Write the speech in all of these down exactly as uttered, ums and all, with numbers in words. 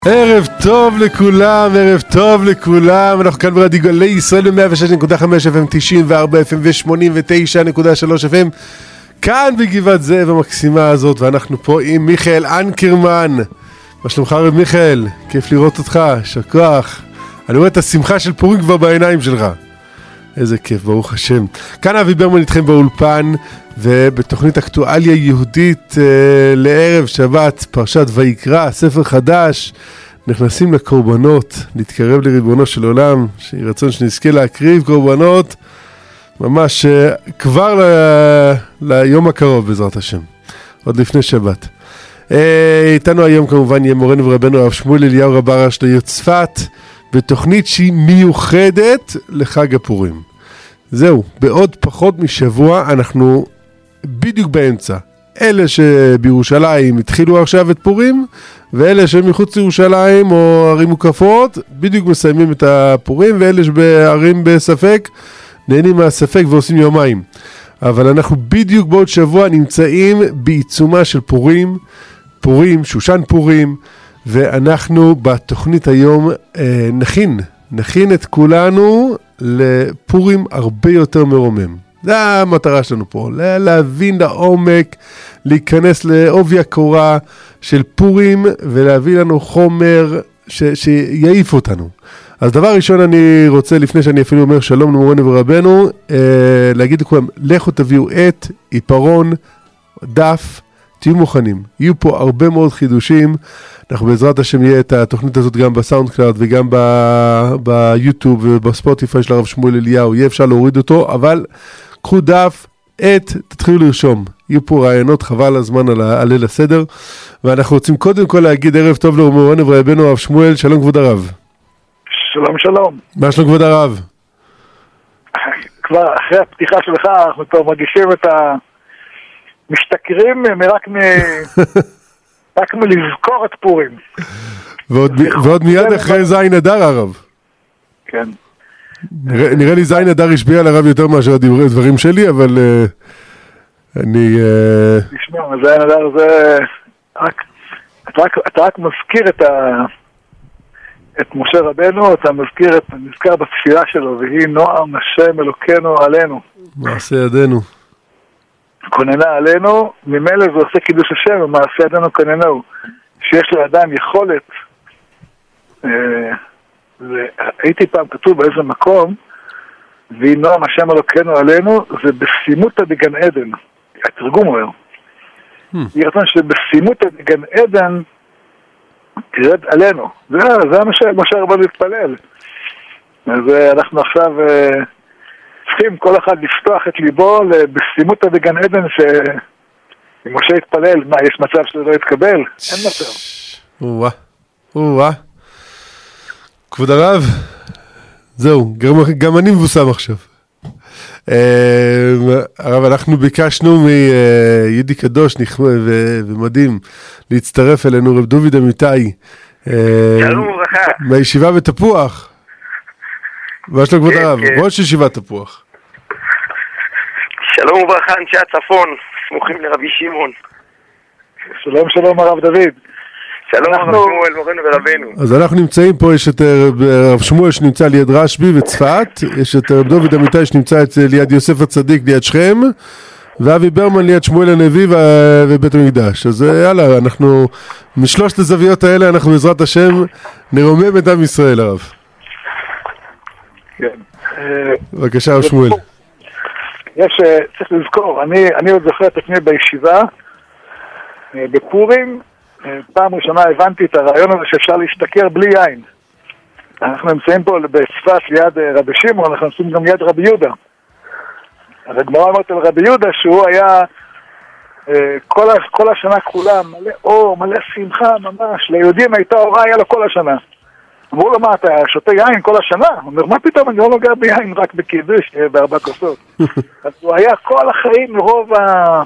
ערב טוב לכולם, ערב טוב לכולם. אנחנו כאן ברדיו גלי ישראל ב-מאה ושש נקודה חמש אף אם, תשעים וארבע אף אם ו-שמונים ותשע נקודה שלוש אף אם כאן בגבעת זאב המקסימה הזאת, ואנחנו פה עם מיכאל אנקרמן. מה שלומך רב מיכאל? כיף לראות אותך, שכוח. אני רואה את השמחה של פורים כבר בעיניים שלך. איזה כיף, ברוך השם. כאן אבי ברמן איתכם באולפן, ובתוכנית אקטואליה יהודית אה, לערב שבת, פרשת ויקרא, ספר חדש. נכנסים לקורבנות, להתקרב לריבונו של עולם, שיהי רצון שנזכה להקריב קורבנות, ממש אה, כבר ל- ליום הקרוב בעזרת השם, עוד לפני שבת. אה, איתנו היום כמובן יהיה מורנו ורבנו הרב שמואל אליהו רב הראשי לעיר צפת, בתוכנית שהיא מיוחדת לחג הפורים. זהו, בעוד פחות משבוע אנחנו בדיוק באמצע. אלה שבירושלים התחילו עכשיו את פורים, ואלה שמחוץ לירושלים או ערים מוקפות, בדיוק מסיימים את הפורים, ואלה שבערים בספק, נהנים מהספק ועושים יומיים. אבל אנחנו בדיוק בעוד שבוע נמצאים בעיצומה של פורים, פורים, שושן פורים, ואנחנו בתוכנית היום אה, נכין, נכין את כולנו לפורים הרבה יותר מרומם. זה המטרה שלנו פה, להבין לעומק, להיכנס לעובי הקורה של פורים, ולהביא לנו חומר ש- שיעיף אותנו. אז דבר ראשון אני רוצה, לפני שאני אפילו אומר שלום למורנו ורבנו, אה, להגיד לכולם, לכו תביאו עט, עיפרון, דף, תהיו מוכנים. יהיו פה הרבה מאוד חידושים. אנחנו בעזרת השם יהיה את התוכנית הזאת גם בסאונד קלאוד וגם ב- ביוטיוב ובספוטיפיי של הרב שמואל אליהו. יהיה אפשר להוריד אותו, אבל קחו דף, עט, תתחילו לרשום. יהיו פה רעיונות חבל הזמן על הליל הסדר. ואנחנו רוצים קודם כל להגיד ערב טוב למורנו ורבנו הרב שמואל. שלום כבוד הרב. שלום שלום. מה שלום כבוד הרב? כבר אחרי הפתיחה שלך אנחנו כבר מרגישים את המשתכרים מרק מ... רק מלזכור את פורים. ועוד, ועוד מיד אחרי זין אדר הרב. כן. נראה, נראה לי זין אדר השפיע על הרב יותר מאשר הדברים שלי, אבל uh, אני... Uh... תשמע, זין אדר זה... רק, אתה, רק, אתה רק מזכיר את ה... את משה רבנו, אתה מזכיר את... נזכר בתפילה שלו, והיא נועם השם אלוקינו עלינו. מעשה ידינו. כוננה עלינו, ממילא זה עושה קידוש השם, ומעשה ידינו כוננו. שיש לאדם יכולת, אה, הייתי פעם כתוב באיזה מקום, והיא נועם השם אלוקינו עלינו, זה בשימותא דגן עדן. התרגום אומר. היא רצון שבשימותא דגן עדן, תרד עלינו. זה, זה מה שמשה רבנו התפלל. אז אנחנו עכשיו... צריכים כל אחד לפתוח את ליבו בשימותא דגן עדן, שאם משה יתפלל, מה, יש מצב שזה לא יתקבל? אין מצב. וואה, וואה. כבוד הרב, זהו, גם אני מבוסם עכשיו. הרב, אנחנו ביקשנו מידי קדוש ומדהים להצטרף אלינו, רב דוד אמיתי. שלום וברכה. מהישיבה בתפוח. מה שלום כבוד הרב? ראש ישיבת תפוח. שלום וברכה אנשי הצפון, סמוכים לרבי שמעון. שלום שלום הרב דוד. שלום הרב שמואל מורנו ורבנו. אז אנחנו נמצאים פה, יש את הרב שמואל שנמצא ליד רשב"י וצפת, יש את רב דוד אמיתי שנמצא ליד יוסף הצדיק ליד שכם, ואבי ברמן ליד שמואל הנביא ובית המקדש. אז יאללה, אנחנו משלושת הזוויות האלה אנחנו בעזרת השם נרומם את עם ישראל הרב. בבקשה הרב שמואל. יש, צריך לזכור, אני, אני עוד זוכר את עצמי בישיבה, בפורים, פעם ראשונה הבנתי את הרעיון הזה שאפשר להשתכר בלי יין. אנחנו נמצאים פה בצפת ליד רבי שמעון, אנחנו נמצאים גם ליד רבי יהודה. הגמרא אומרת על רבי יהודה שהוא היה כל, כל השנה כולה מלא אור, מלא שמחה ממש, ליהודים הייתה אורה, היה לו כל השנה. אמרו לו, מה, אתה שותה יין כל השנה? הוא אומר, מה פתאום, אני לא נוגע ביין רק בקידוש, בארבע כוסות. אז הוא היה כל החיים מרוב ה...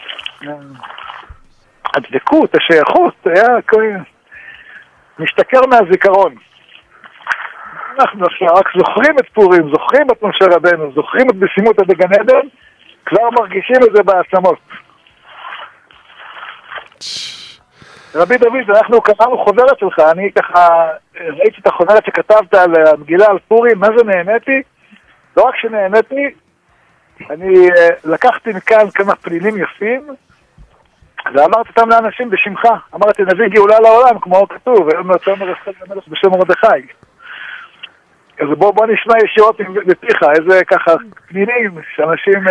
הדבקות, השייכות, היה משתכר מהזיכרון. אנחנו עכשיו רק זוכרים את פורים, זוכרים את משה רבנו, זוכרים את בשימותא דגן עדן, כבר מרגישים את זה בעצמות. רבי דוד, אנחנו קראנו חוברת שלך, אני ככה ראיתי את החוברת שכתבת על המגילה על פורים, מה זה נהניתי? לא רק שנהניתי, אני לקחתי מכאן כמה פנינים יפים, ואמרתי אותם לאנשים בשמך, אמרתי נביא גאולה לעולם, כמו כתוב, היום יוצא המלך בשם מרדכי. אז בוא, בוא נשמע ישירות מפיך, איזה ככה פנינים שאנשים...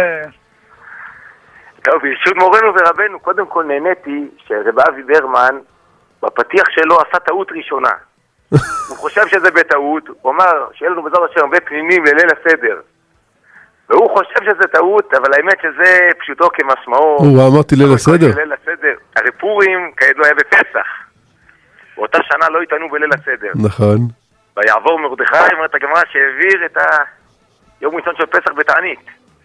טוב, ברשות מורנו ורבנו, קודם כל נהניתי שרב אבי ברמן בפתיח שלו עשה טעות ראשונה. הוא חושב שזה בטעות, הוא אמר שיהיה לנו בזאת השם הרבה פנינים לליל הסדר. והוא חושב שזה טעות, אבל האמת שזה פשוטו כמשמעו. הוא אמרתי ליל הסדר. ליל הסדר. הרי פורים כידוע היה בפסח. באותה שנה לא התענו בליל הסדר. נכון. ויעבור מרדכי, אומרת הגמרא שהעביר את היום ראשון של פסח בתענית.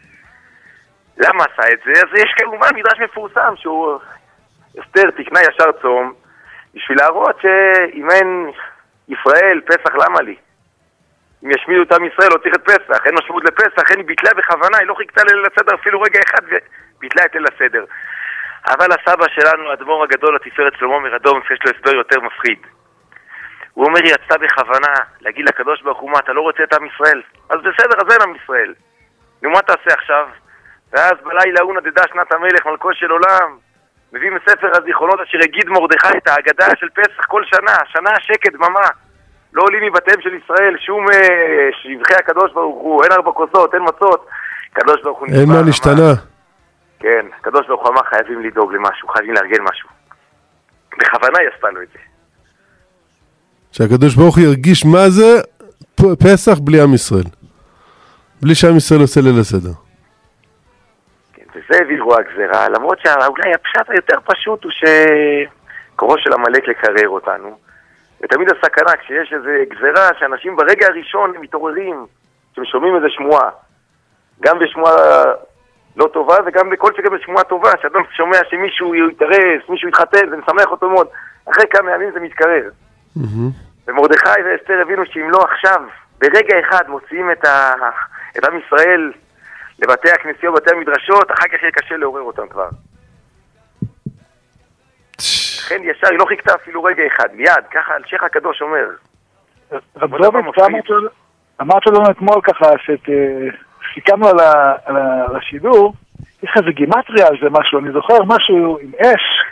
למה עשה את זה? אז יש כמובן מדרש מפורסם שהוא אסתר תקנה ישר צום בשביל להראות שאם אין ישראל פסח למה לי? אם ישמידו אותם ישראל לא צריך את פסח, אין משמעות לפסח, אין היא ביטלה בכוונה, היא לא חיכתה ליל הסדר אפילו רגע אחד וביטלה את ליל הסדר. אבל הסבא שלנו, האדמו"ר הגדול, התפארת שלמה מרדום, יש לו הסבר יותר מפחיד. הוא אומר, היא יצאה בכוונה להגיד לקדוש ברוך הוא, מה, אתה לא רוצה את עם ישראל? אז בסדר, אז אין עם ישראל. נו, מה תעשה עכשיו? ואז בלילה הוא נדדה שנת המלך, מלכו של עולם, מביא מספר הזיכרונות אשר הגיד מרדכי את ההגדה של פסח כל שנה, שנה שקט דממה. לא עולים מבתיהם של ישראל שום שבחי הקדוש ברוך הוא, אין ארבע כוסות, אין מצות. הקדוש ברוך הוא נשמע. אין מה נשתנה. כן, הקדוש ברוך הוא אמר חייבים לדאוג למשהו, חייבים לארגן משהו. בכוונה היא עשתה לו את זה. שהקדוש ברוך הוא ירגיש מה זה פסח בלי עם ישראל. בלי שעם ישראל עושה ליל הסדר. כן, וזה הביא רוע הגזירה, למרות שאולי הפשט היותר פשוט הוא שקורו של המלאק לקרר אותנו. ותמיד הסכנה כשיש איזו גזירה שאנשים ברגע הראשון הם מתעוררים, שהם שומעים איזו שמועה. גם בשמועה לא טובה וגם בכל שגם בשמועה טובה, שאדם שומע שמישהו יתארס, מישהו יתחתן, זה משמח אותו מאוד. אחרי כמה ימים זה מתקרר. ומרדכי ואסתר הבינו שאם לא עכשיו, ברגע אחד מוציאים את, ה... את עם ישראל לבתי הכנסיות ובתי המדרשות, אחר כך יהיה קשה לעורר אותם כבר. לכן ישר, היא לא חיכתה אפילו רגע אחד, מיד, ככה אלשיך הקדוש אומר. רב דוד, אמרת לנו אתמול ככה, שסיכמנו על השידור, יש איזה גימטריה על זה משהו, אני זוכר משהו עם אש.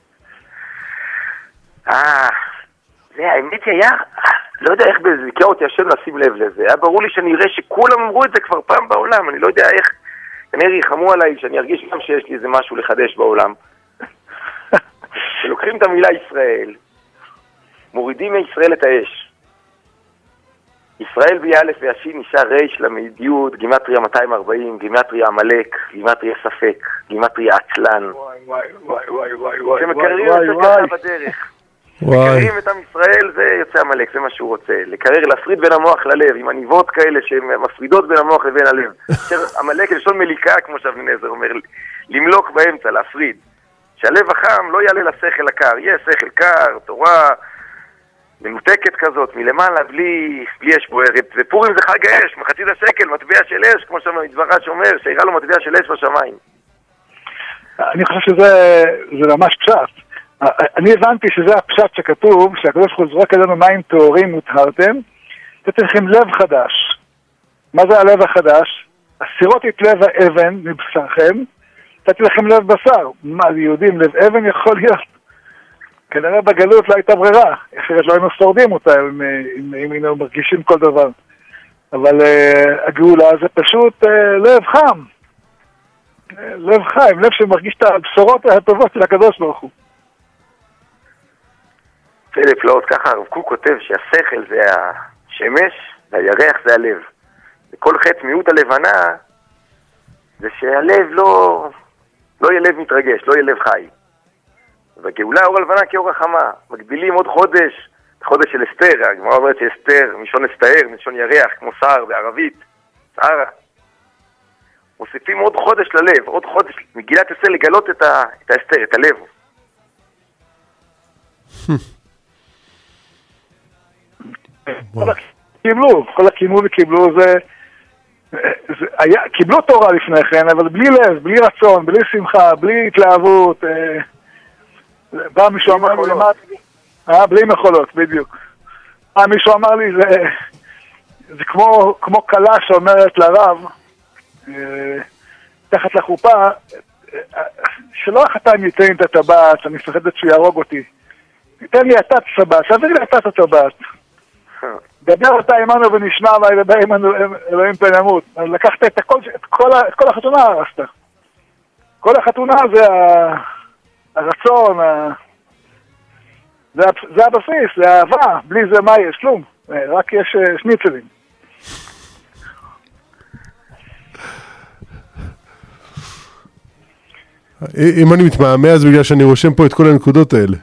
אה, זה האמת היה, לא יודע איך בזיקה אותי השם לשים לב לזה, היה ברור לי שאני אראה שכולם אמרו את זה כבר פעם בעולם, אני לא יודע איך, כנראה יחמו עליי שאני ארגיש גם שיש לי איזה משהו לחדש בעולם. שלוקחים את המילה ישראל, מורידים מישראל את האש. ישראל באלף והשין נשאר ריש למידיות, גימטריה מאתיים וארבעים, גימטריה עמלק, גימטריה ספק, גימטריה עצלן. וואי וואי וואי וואי וואי וואי שמקררים יותר ככה בדרך. לקררים את עם ישראל זה יוצא עמלק, זה מה שהוא רוצה. לקרר, להפריד בין המוח ללב, עם עניבות כאלה שמפרידות בין המוח לבין הלב. עמלק לשון מליקה, כמו שאבני נזר אומר, למלוק באמצע, להפריד. שהלב החם לא יעלה לשכל הקר, יהיה שכל קר, תורה מנותקת כזאת, מלמעלה, בלי, בלי אש בוערת. ופורים זה חג האש, מחצית השקל, מטבע של אש, כמו שהמדברה שאומר, שהראה לו מטבע של אש בשמיים. אני חושב שזה זה ממש פשט. אני הבנתי שזה הפשט שכתוב, שהקדוש ברוך הוא זורק עלינו מים טהורים מוטהרתם, אתם לכם לב חדש. מה זה הלב החדש? הסירות את לב האבן מבשרכם, נתתי לכם לב בשר. מה, ליהודים לב אבן יכול להיות? כנראה בגלות לא הייתה ברירה, אחרת לא היינו שורדים אותה אם, אם, אם היינו מרגישים כל דבר. אבל uh, הגאולה זה פשוט uh, לב חם. לב חיים, לב שמרגיש את הבשורות הטובות של הקדוש ברוך הוא. פלא פלאות, ככה הרב קוק כותב שהשכל זה השמש והירח זה הלב. וכל חץ מיעוט הלבנה זה שהלב לא, לא יהיה לב מתרגש, לא יהיה לב חי. והגאולה אור הלבנה כאור החמה. מגבילים עוד חודש, חודש של אסתר, הגמרא אומרת שאסתר, מלשון אסתער, מלשון ירח, כמו סער בערבית, סערה. מוסיפים עוד חודש ללב, עוד חודש, מגילת אסתר לגלות את, ה, את האסתר, את הלב. קיבלו, כל הקימו וקיבלו זה, זה היה, קיבלו תורה לפני כן, אבל בלי לב, בלי רצון, בלי שמחה, בלי התלהבות, בא מישהו אמר לי למטה, אה, בלי מכולות, בדיוק. בא מישהו אמר לי, זה, זה כמו, כמו קלה שאומרת לרב, תחת לחופה, שלא החתן ייתן את הטבעת, אני מפחדת שהוא יהרוג אותי. תן לי אתה את הטבעת, תעביר לי אתה את הטבעת. דבר אתה עמנו ונשמע וידבר עמנו אלוהים פן ימות. אז לקחת את הכל, את כל, את כל החתונה הרסת. כל החתונה זה הרצון, זה, זה הבסיס, זה האהבה, בלי זה מה יש? כלום. רק יש שניצלים. אם אני מתמהמה אז בגלל שאני רושם פה את כל הנקודות האלה.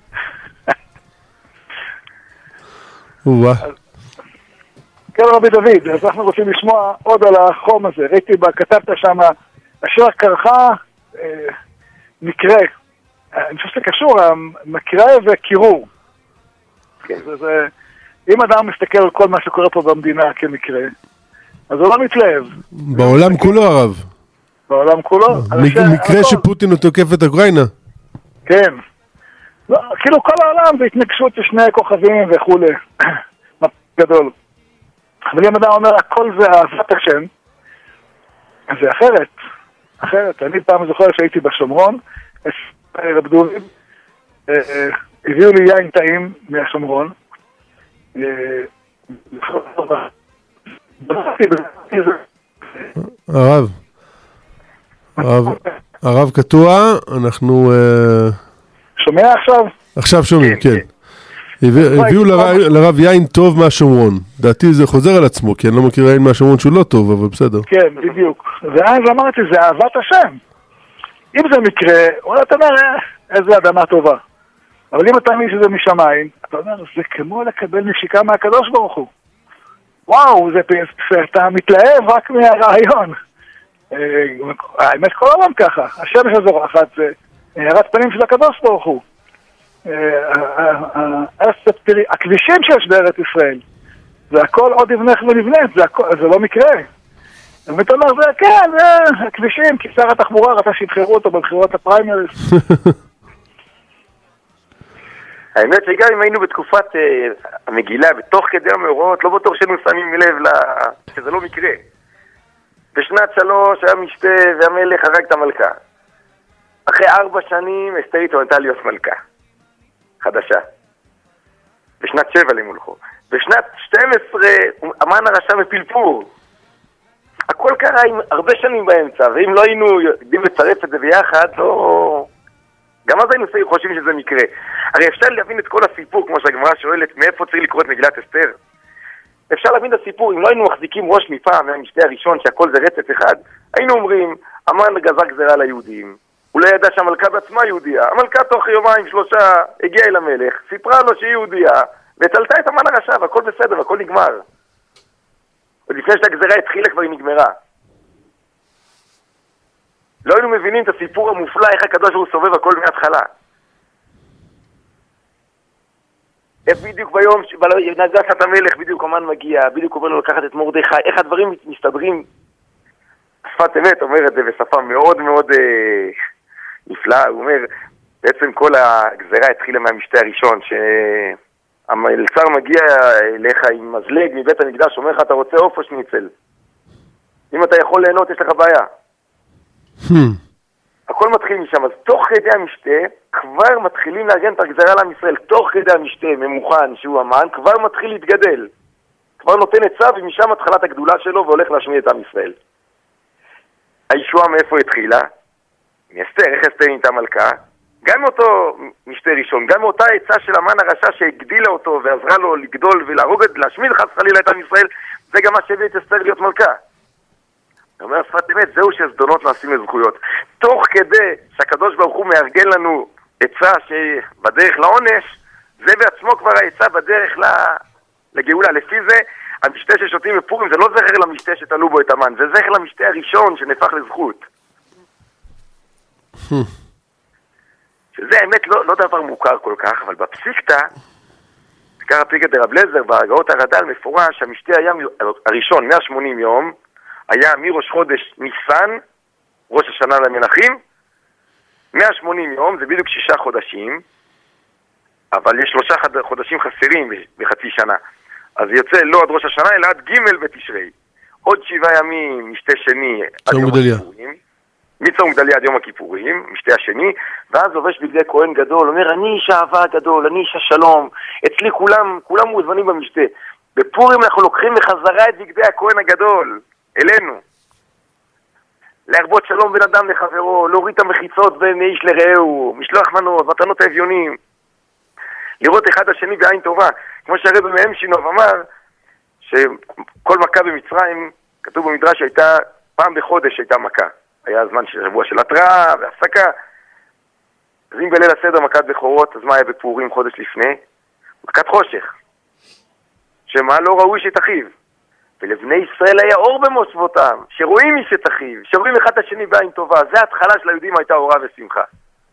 כן רבי דוד, אז אנחנו רוצים לשמוע עוד על החום הזה. ראיתי בה, כתבת שם, אשר קרחה אה, מקרה. אני חושב שזה קשור, מקרה וקירור. כן, זה, זה, אם אדם מסתכל על כל מה שקורה פה במדינה כמקרה, אז הוא לא מתלהב. בעולם כולו הרב. בעולם כולו. מקרה שפוטין הוא תוקף את אוקראינה. כן. לא, כאילו כל העולם זה התנגשות של שני כוכבים וכולי. גדול. אבל אם אדם אומר, הכל זה אהבת השם, אז זה אחרת. אחרת. אני פעם זוכר שהייתי בשומרון, רב דובי, הביאו לי יין טעים מהשומרון. הרב. הרב, הרב קטוע, אנחנו... שומע עכשיו? עכשיו שומעים, כן. הביאו לרב יין טוב מהשומרון. דעתי זה חוזר על עצמו, כי אני לא מכיר יין מהשומרון שהוא לא טוב, אבל בסדר. כן, בדיוק. ואז אמרתי, זה אהבת השם. אם זה מקרה, אולי אתה אומר, איזה אדמה טובה. אבל אם אתה מבין שזה משמיים, אתה אומר, זה כמו לקבל נשיקה מהקדוש ברוך הוא. וואו, אתה מתלהב רק מהרעיון. האמת כל העולם ככה, השמש הזורחת זה הארת פנים של הקדוש ברוך הוא. הכבישים שיש בארץ ישראל, זה הכל עוד יבנך ונבנית, זה לא מקרה. ואתה אומר, זה כן, זה הכבישים, כי שר התחבורה רצה שיבחרו אותו בבחירות הפריימריז. האמת שגם אם היינו בתקופת המגילה, בתוך כדי המאורעות, לא בטוח שהיינו שמים לב שזה לא מקרה. בשנת שלוש היה משתה והמלך הרג את המלכה. אחרי ארבע שנים אסתרית הונתה להיות מלכה. חדשה. בשנת שבע למולכו. בשנת שתים עשרה אמן הרשע מפלפור. הכל קרה עם הרבה שנים באמצע, ואם לא היינו יודעים לצרף את זה ביחד, לא... גם אז היינו חושבים שזה מקרה. הרי אפשר להבין את כל הסיפור, כמו שהגמרא שואלת, מאיפה צריך לקרוא את מגילת אסתר? אפשר להבין את הסיפור, אם לא היינו מחזיקים ראש מפעם מהמשתה הראשון שהכל זה רצף אחד, היינו אומרים, המן גזר גזרה ליהודים, הוא לא ידע שהמלכה בעצמה יהודיה, המלכה תוך יומיים שלושה הגיעה אל המלך, סיפרה לו שהיא יהודיה, ותלתה את המן הרשע, והכל בסדר, והכל נגמר. ולפני שהגזרה התחילה כבר היא נגמרה. לא היינו מבינים את הסיפור המופלא, איך הקדוש הוא סובב הכל מההתחלה. איך בדיוק ביום, נגסת המלך, בדיוק המן מגיע, בדיוק אומר לו לקחת את מרדכי, איך הדברים מסתדרים. שפת אמת אומר את זה בשפה מאוד מאוד אה, נפלאה, הוא אומר, בעצם כל הגזרה התחילה מהמשתה הראשון, שהמלצר מגיע אליך עם מזלג מבית המקדש, אומר לך, אתה רוצה עוף או שניצל? אם אתה יכול ליהנות, יש לך בעיה. הכל מתחיל משם, אז תוך כדי המשתה, כבר מתחילים לארגן את הגזרה לעם ישראל, תוך כדי המשתה, ממוכן שהוא המן, כבר מתחיל להתגדל. כבר נותן את צו, ומשם התחלת הגדולה שלו, והולך להשמיד את עם ישראל. הישועה מאיפה התחילה? מאסתר, איך אסתר נהייתה מלכה? גם מאותו משתה ראשון, גם מאותה עצה של המן הרשע שהגדילה אותו, ועזרה לו לגדול ולהרוג, להשמיד חס חלילה את עם ישראל, זה גם מה שהביא את אסתר להיות מלכה. הוא אומר, שפת אמת, זהו שזדונות נעשים לזכויות. תוך כדי שהקדוש ברוך הוא מארגן לנו עצה שבדרך לעונש, זה בעצמו כבר העצה בדרך לגאולה. לפי זה, המשתה ששותים בפורים זה לא זכר למשתה שתלו בו את המן, זה זכר למשתה הראשון שנהפך לזכות. שזה האמת לא, לא דבר מוכר כל כך, אבל בפסיקתא, ככה פסיקתא דרב לזר, בהגאות הרד"ל מפורש, המשתה היה הראשון, מאה ושמונים יום, היה מראש חודש ניסן, ראש השנה למנחים, מאה ושמונים יום זה בדיוק שישה חודשים, אבל יש שלושה חודשים חסרים בחצי שנה. אז יוצא לא עד ראש השנה, אלא עד ג' בתשרי. עוד שבעה ימים משתה שני עד יום הכיפורים. מצום גדליה עד יום הכיפורים, משתה השני, ואז לובש בגדי כהן גדול, אומר, אני איש אהבה גדול, אני איש השלום, אצלי כולם, כולם מוזמנים במשתה. בפורים אנחנו לוקחים בחזרה את בגדי הכהן הגדול, אלינו. להרבות שלום בין אדם לחברו, להוריד את המחיצות בין איש לרעהו, משלוח מנות, מתנות האביונים. לראות אחד השני בעין טובה, כמו שהרב מהם שינוב אמר, שכל מכה במצרים, כתוב במדרש שהייתה, פעם בחודש הייתה מכה. היה זמן של שבוע של התראה והפסקה. אז אם בליל הסדר מכת בכורות, אז מה היה בפורים חודש לפני? מכת חושך. שמה לא ראוי שתחיו. ולבני ישראל היה אור במושבותם, שרואים מי שתחיו, שרואים אחד השני בעין טובה. זה ההתחלה של היהודים, הייתה אורה ושמחה.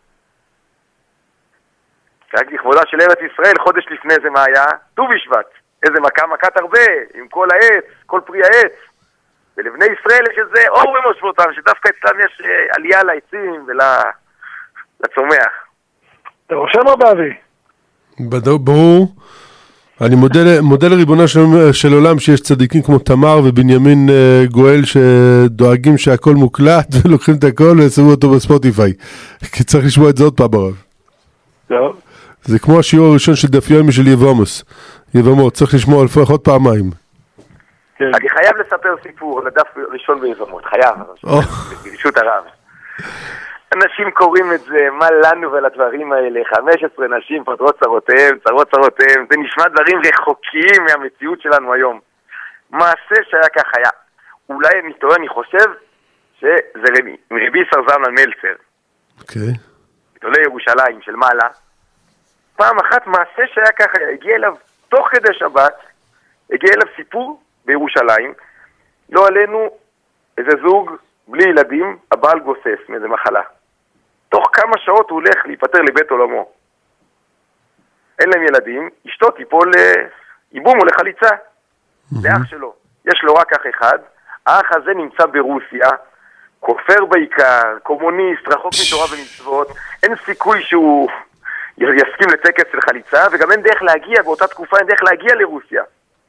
רק לכבודה של ארץ ישראל, חודש לפני זה מה היה? ט"ו בשבט. איזה מכה, מכת הרבה, עם כל העץ, כל פרי העץ. ולבני ישראל יש איזה אור במושבותם, שדווקא אצלם יש עלייה לעצים ולצומח. אתה רושם רב אבי? ברור. אני מודה, מודה לריבונה של, של עולם שיש צדיקים כמו תמר ובנימין גואל שדואגים שהכל מוקלט ולוקחים את הכל ושמו אותו בספוטיפיי. כי צריך לשמוע את זה עוד פעם ברב. טוב. זה כמו השיעור הראשון של דף יומי של יבמוס. יבמות, צריך לשמוע לפחות פעמיים. כן. אני חייב לספר סיפור לדף ראשון ביבמות, חייב, ברשות הרב. אנשים קוראים את זה, מה לנו ולדברים האלה, חמש עשרה נשים פותרות צרותיהם, צרות צרותיהם, זה נשמע דברים רחוקים מהמציאות שלנו היום. מעשה שהיה כך היה. אולי אני טועה, אני חושב שזה רבי, מרבי סרזמן מלצר. אוקיי. עולי ירושלים של מעלה. פעם אחת מעשה שהיה כך היה, הגיע אליו תוך כדי שבת, הגיע אליו סיפור בירושלים, לא עלינו איזה זוג בלי ילדים, הבעל גוסס מאיזה מחלה. תוך כמה שעות הוא הולך להיפטר לבית עולמו. אין להם ילדים, אשתו תיפול איבום או לחליצה. לאח שלו. יש לו רק אח אחד, האח הזה נמצא ברוסיה, כופר בעיקר, קומוניסט, רחוק מתורה ומצוות, אין סיכוי שהוא יסכים לטקס של חליצה, וגם אין דרך להגיע, באותה תקופה אין דרך להגיע לרוסיה.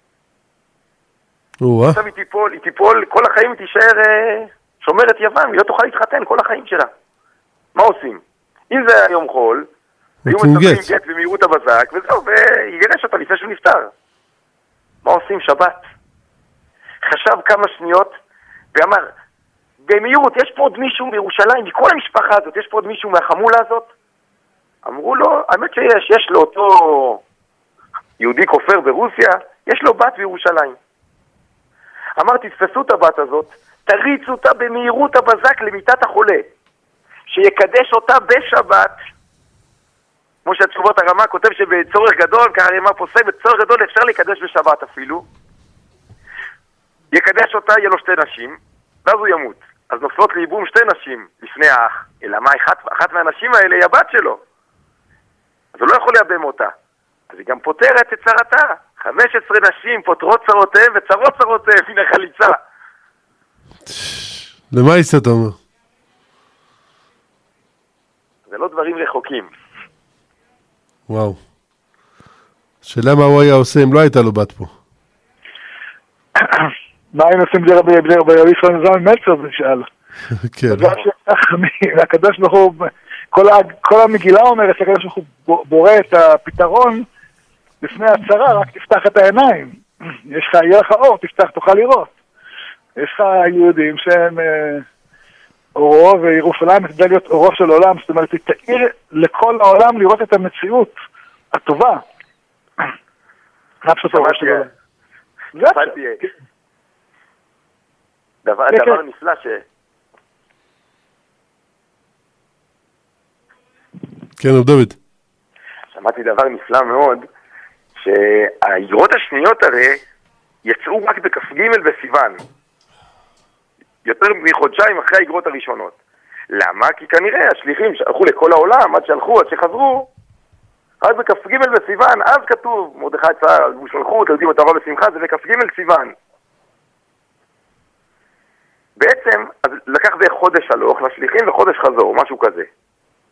עכשיו היא תיפול, היא תיפול, כל החיים היא תישאר אה, שומרת יוון, היא לא תוכל להתחתן כל החיים שלה. מה עושים? אם זה היום חול, היו מצבים גט במהירות הבזק, וזהו, ויגרש אותה לפני שהוא נפטר. מה עושים? שבת. חשב כמה שניות, ואמר, במהירות, יש פה עוד מישהו בירושלים, מכל המשפחה הזאת, יש פה עוד מישהו מהחמולה הזאת? אמרו לו, האמת שיש, יש לו אותו יהודי כופר ברוסיה, יש לו בת בירושלים. אמר, תתפסו את הבת הזאת, תריצו אותה במהירות הבזק למיטת החולה, שיקדש אותה בשבת, כמו שהתשובות הרמה כותב שבצורך גדול, ככה הרמה פוסק, בצורך גדול אפשר לקדש בשבת אפילו, יקדש אותה, יהיה לו שתי נשים, ואז הוא ימות. אז נופלות לאיבום שתי נשים לפני האח, אלא מה, אחת, אחת מהנשים האלה היא הבת שלו, אז הוא לא יכול להיאבם אותה. אז היא גם פותרת את צרתה. חמש עשרה נשים פותרות צרותיהם וצרות צרותיהם מן החליצה. למה יצא אתה אומר? זה לא דברים רחוקים. וואו. שאלה מה הוא היה עושה אם לא הייתה לו בת פה? מה היינו עושים בלי רבי ישראל זמן מלצר בשאל? כן. הקדוש ברוך הוא, כל המגילה אומרת שהקדוש ברוך הוא בורא את הפתרון לפני הצרה, רק תפתח את העיניים. יש לך, יהיה לך אור, תפתח, תוכל לראות. יש לך יהודים שהם אורו, וירושלים תדע להיות אורו של עולם, זאת אומרת, תאיר לכל העולם לראות את המציאות הטובה. נפשת אורו של עולם. דבר נפלא ש... כן, דוד. שמעתי דבר נפלא מאוד, שהאגרות השניות הרי יצאו רק בכ"ג בסיוון. יותר מחודשיים אחרי האגרות הראשונות. למה? כי כנראה השליחים שהלכו לכל העולם, עד שהלכו, עד שחזרו, רק בכ"ג בסיוון, אז כתוב, מרדכי צער, ושלחו, יודעים את הרוב בשמחה, זה בכ"ג סיוון. בעצם, אז לקח זה חודש הלוך לשליחים וחודש חזור, משהו כזה.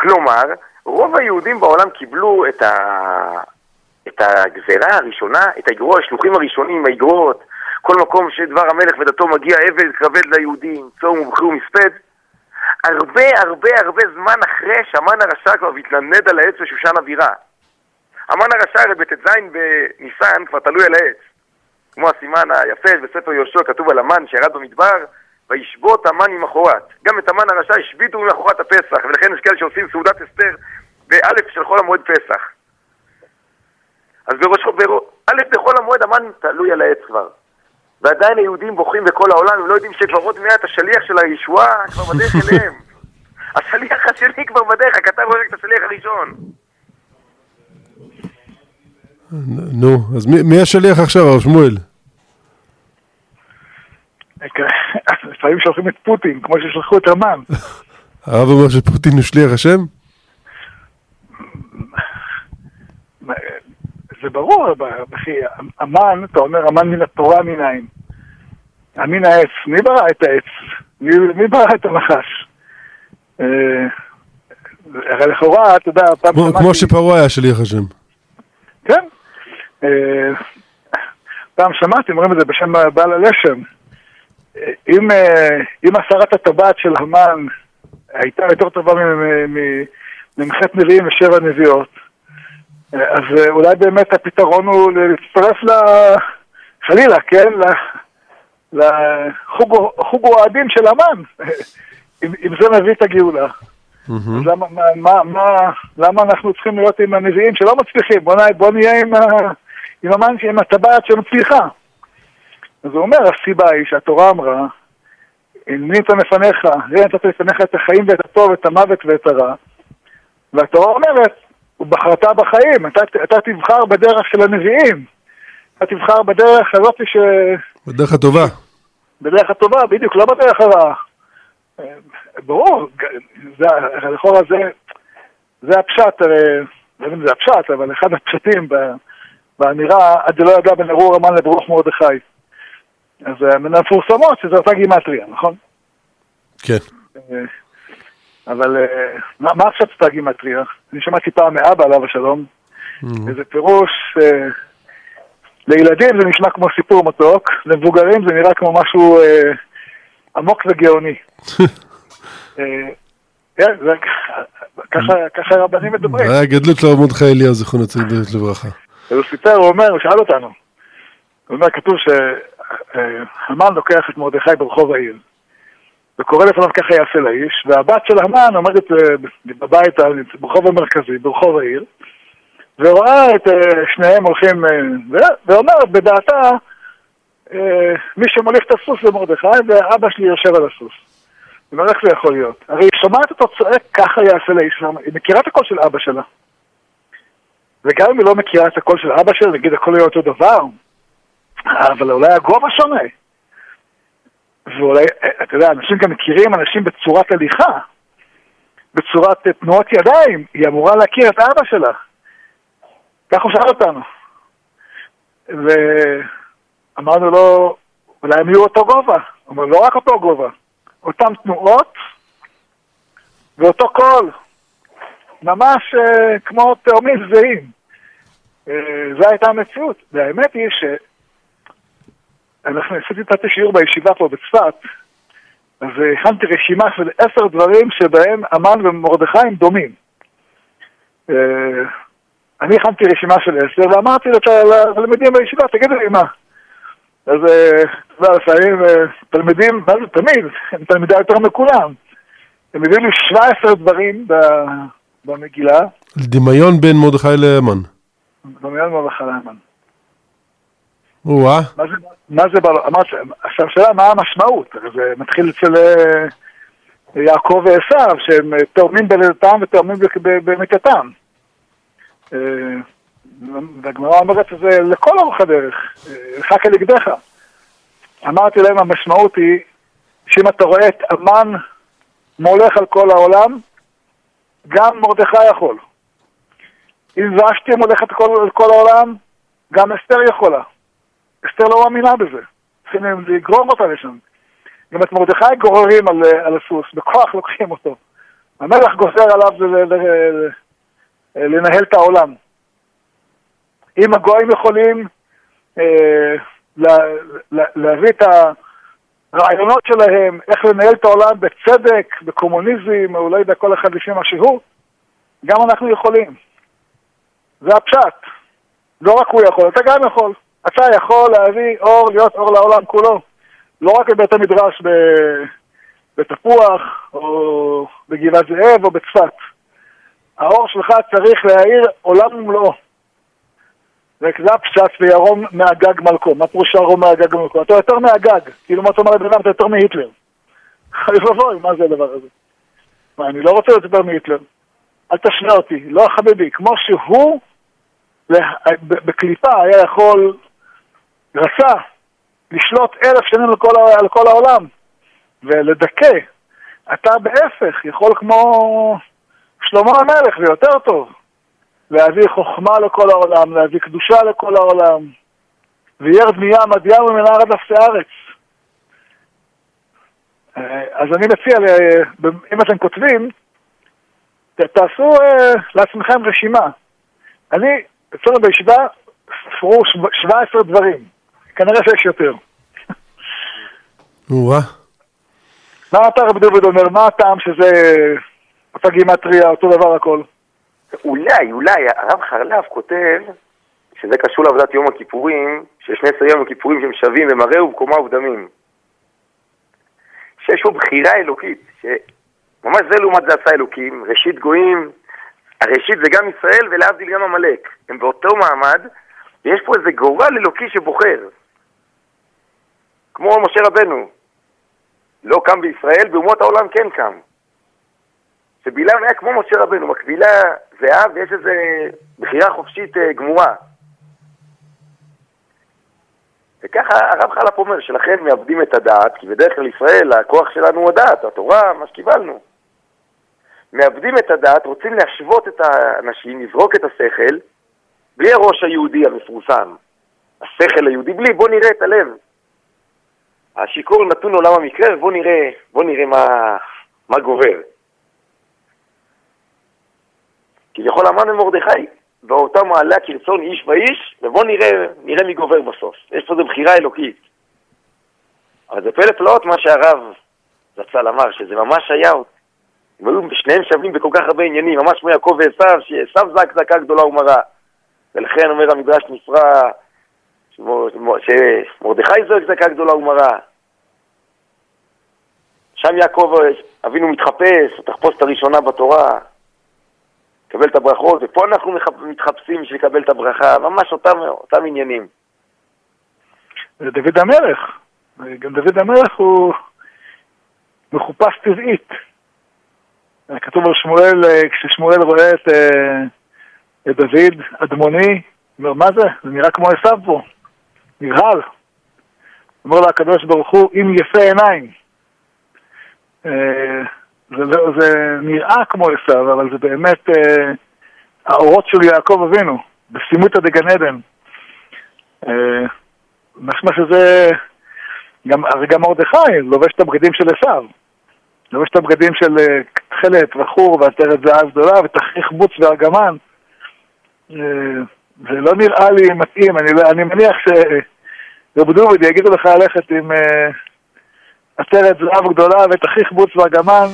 כלומר, רוב היהודים בעולם קיבלו את, ה... את הגזרה הראשונה, את האגרות, השלוחים הראשונים, האגרות, כל מקום שדבר המלך ודתו מגיע עבד כבד ליהודים, צום ובכי ומספד. הרבה הרבה הרבה זמן אחרי שהמן הרשע כבר התלנד על העץ בשושן אבירה. המן הרשע הרי בט"ז בניסן כבר תלוי על העץ. כמו הסימן היפה בספר יהושע כתוב על המן שירד במדבר, וישבות המן ממחרת. גם את המן הרשע השביתו ממחרת הפסח, ולכן יש כאלה שעושים סעודת אסתר באלף של חול המועד פסח. אז בראש אלף בחול המועד המן תלוי על העץ כבר. ועדיין היהודים בוכים בכל העולם, הם לא יודעים שכבר עוד מעט השליח של הישועה כבר בדרך אליהם. השליח השני כבר בדרך, הכתב רואה רק את השליח הראשון. נו, אז מי, מי השליח עכשיו, הרב שמואל? לפעמים שולחים את פוטין, כמו ששלחו את המן. הרב אומר שפוטין הוא שליח השם? זה ברור, אחי, המן, אתה אומר, המן מן התורה מנין. מן העץ, מי ברא את העץ? מי, מי ברא את הנחש? הרי לכאורה, אתה יודע, פעם כמו, כמו שפרעה היה שליח השם. כן. פעם שמעתי, אומרים את זה בשם בעל הלשם. אם, אם הסרת הטבעת של המן הייתה יותר טובה ממחת נביאים ושבע נביאות, אז אולי באמת הפתרון הוא להצטרף לחלילה, כן? לחוג אוהדים של המן, אם זה מביא את הגאולה. אז למה, מה, מה, למה אנחנו צריכים להיות עם הנביאים שלא מצליחים? בוא, בוא נהיה עם, עם המן, עם הטבעת שמצליחה. אז הוא אומר, הסיבה היא שהתורה אמרה, מי אתה לפניך, ראה נתת לפניך את החיים ואת הטוב, את המוות ואת הרע. והתורה אומרת, ובחרת בחיים, אתה, אתה תבחר בדרך של הנביאים. אתה תבחר בדרך הזאת ש... בדרך הטובה. בדרך הטובה, בדיוק, לא בדרך הרעה. ברור, זה, לכאורה זה, זה הפשט, לא יודע אם זה הפשט, אבל אחד הפשטים באמירה, עד לא ידע בין ארור המן לברוך מרדכי. אז מן המפורסמות שזה אותה גימטריה, נכון? כן. אבל מה, מה הפשט אותה גימטריה? אני שמעתי פעם מאבא עליו השלום, איזה פירוש, לילדים זה נשמע כמו סיפור מתוק, למבוגרים זה נראה כמו משהו עמוק וגאוני. ככה רבנים מדברים. היה גדלות לרב מרדכי אליהו זיכרונו צדיק לברכה. הוא סיפר, הוא אומר, הוא שאל אותנו. הוא אומר, כתוב שהמן לוקח את מרדכי ברחוב העיר, וקורא לפניו ככה יעשה לאיש, והבת של המן עומדת בבית ברחוב המרכזי, ברחוב העיר, ורואה את שניהם הולכים, ואומרת בדעתה, מי שמוליך את הסוס זה מרדכי, ואבא שלי יושב על הסוס. הוא אומר, איך זה יכול להיות? הרי היא שומעת אותו צועק, ככה יעשה לאיש, היא מכירה את הקול של אבא שלה. וגם אם היא לא מכירה את הקול של אבא שלה, נגיד הכל יהיה אותו דבר, אבל אולי הגובה שונה. ואולי, אתה יודע, אנשים גם מכירים אנשים בצורת הליכה, בצורת תנועות ידיים, היא אמורה להכיר את אבא שלה. כך הוא שאל אותנו. ואמרנו לו, אולי הם יהיו אותו גובה. הוא אומר, לא רק אותו גובה. אותם תנועות ואותו קול. ממש uh, כמו תאומים זהים. Uh, זו הייתה המציאות. והאמת היא ש... אנחנו עשיתי את השיעור בישיבה פה בצפת, אז הכנתי רשימה של עשר דברים שבהם המן ומרדכי הם דומים. Uh, אני הכנתי רשימה של עשר, ואמרתי לתלמידים בישיבה, תגידו לי מה. אז לפעמים תלמידים, מה זה תמיד? הם תלמידה יותר מכולם. הם הביאו לי שבע עשרה דברים במגילה. דמיון בין מרדכי להמן. דמיון מרדכי להמן. וואה. מה זה, אמרת, עכשיו שאלה, מה המשמעות? זה מתחיל אצל יעקב ועשיו, שהם תאומים בלידתם ותאומים במיתתם. והגמרא אומרת את זה לכל אורך הדרך, לך כנגדך. אמרתי להם, המשמעות היא שאם אתה רואה את המן מולך על כל העולם, גם מרדכי יכול. אם ושתי מולכת על כל העולם, גם אסתר יכולה. אסתר לא מאמינה בזה. צריכים לגרום אותה לשם. גם את מרדכי גוררים על, על הסוס, בכוח לוקחים אותו. המלך גוזר עליו לנהל את העולם. אם הגויים יכולים להביא את הרעיונות שלהם, איך לנהל את העולם בצדק, בקומוניזם, או לא יודע, כל אחד לפי מה שהוא, גם אנחנו יכולים. זה הפשט. לא רק הוא יכול, אתה גם יכול. אתה יכול להביא אור, להיות אור לעולם כולו. לא רק בבית המדרש בתפוח, או בגבעת זאב, או בצפת. האור שלך צריך להאיר עולם ומלואו. זה הפשט וירום מהגג מלכו. מה פירוש ירום מהגג מלכו? אתה יותר מהגג. כאילו מה אתה אומר לבנם, אתה יותר מהיטלר. חייב לבוא, מה זה הדבר הזה? מה, אני לא רוצה להיות יותר מהיטלר. אל תשווה אותי, לא חביבי. כמו שהוא בקליפה היה יכול, רצה, לשלוט אלף שנים לכל, לכל העולם ולדכא. אתה בהפך יכול כמו שלמה המלך ויותר טוב. להביא חוכמה לכל העולם, להביא קדושה לכל העולם, וירד מים עד ים ומנהר עד אפסי הארץ. אז אני מציע, אם אתם כותבים, תעשו לעצמכם רשימה. אני, אצלנו בישיבה, ספרו שבע עשרה דברים. כנראה שיש יותר. נורא. מה אתה רב דוד אומר? מה הטעם שזה אותה גימטריה, אותו דבר הכל? אולי, אולי, הרב חרל"פ כותב שזה קשור לעבודת יום הכיפורים, שיש נס יום הכיפורים שהם שווים במראה ובקומה ובדמים. שיש פה בחירה אלוקית, שממש זה לעומת זה עשה אלוקים, ראשית גויים, הראשית זה גם ישראל ולהבדיל גם המלאק. הם באותו מעמד, ויש פה איזה גורל אלוקי שבוחר. כמו משה רבנו, לא קם בישראל, באומות העולם כן קם. שבילם היה כמו משה רבנו, מקבילה זהה ויש איזו בחירה חופשית גמורה. וככה הרב חרל"פ אומר שלכן מאבדים את הדעת, כי בדרך כלל ישראל, הכוח שלנו הוא הדעת, התורה, מה שקיבלנו. מאבדים את הדעת, רוצים להשוות את האנשים, לזרוק את השכל, בלי הראש היהודי המפורסם. השכל היהודי בלי, בוא נראה את הלב. השיקור נתון עולם המקרה, בוא נראה, בוא נראה מה, מה גובר. כביכול אמן ומרדכי, באותה מעלה כרצון איש ואיש, ובוא נראה, נראה מי גובר בסוף. יש פה זו בחירה אלוקית. אבל זה פלא פלאות מה שהרב זצ"ל אמר, שזה ממש היה, הם היו שניהם שווים בכל כך הרבה עניינים, ממש כמו יעקב ועשיו, שעשיו זק זקה גדולה ומרה. ולכן אומר המדרש נפרע, שמרדכי זק זקה גדולה ומרה. שם יעקב אבינו מתחפש, תחפוש את הראשונה בתורה, קבל את הברכות, ופה אנחנו מתחפשים בשביל לקבל את הברכה, ממש אותם, אותם עניינים. זה דוד המלך, גם דוד המלך הוא מחופש טבעית. כתוב על שמואל, כששמואל רואה את, את דוד, אדמוני, אומר, מה זה? זה נראה כמו עשיו פה, נרהל. אומר לה הקדוש ברוך הוא, אם יפה עיניים. זה, זה נראה כמו עשיו, אבל זה באמת אה, האורות של יעקב אבינו, בסימותא דגן עדן. אה, משמע שזה, גם, הרי גם מרדכי לובש את הבגדים של עשיו, לובש את הבגדים של תכלת וחור ועטרת זהב גדולה ותכריך בוץ וארגמן. אה, זה לא נראה לי מתאים, אני, אני מניח שרב דוד יגידו לך ללכת עם... אה, עטרת זהב גדולה ותכריך בוץ וארגמן.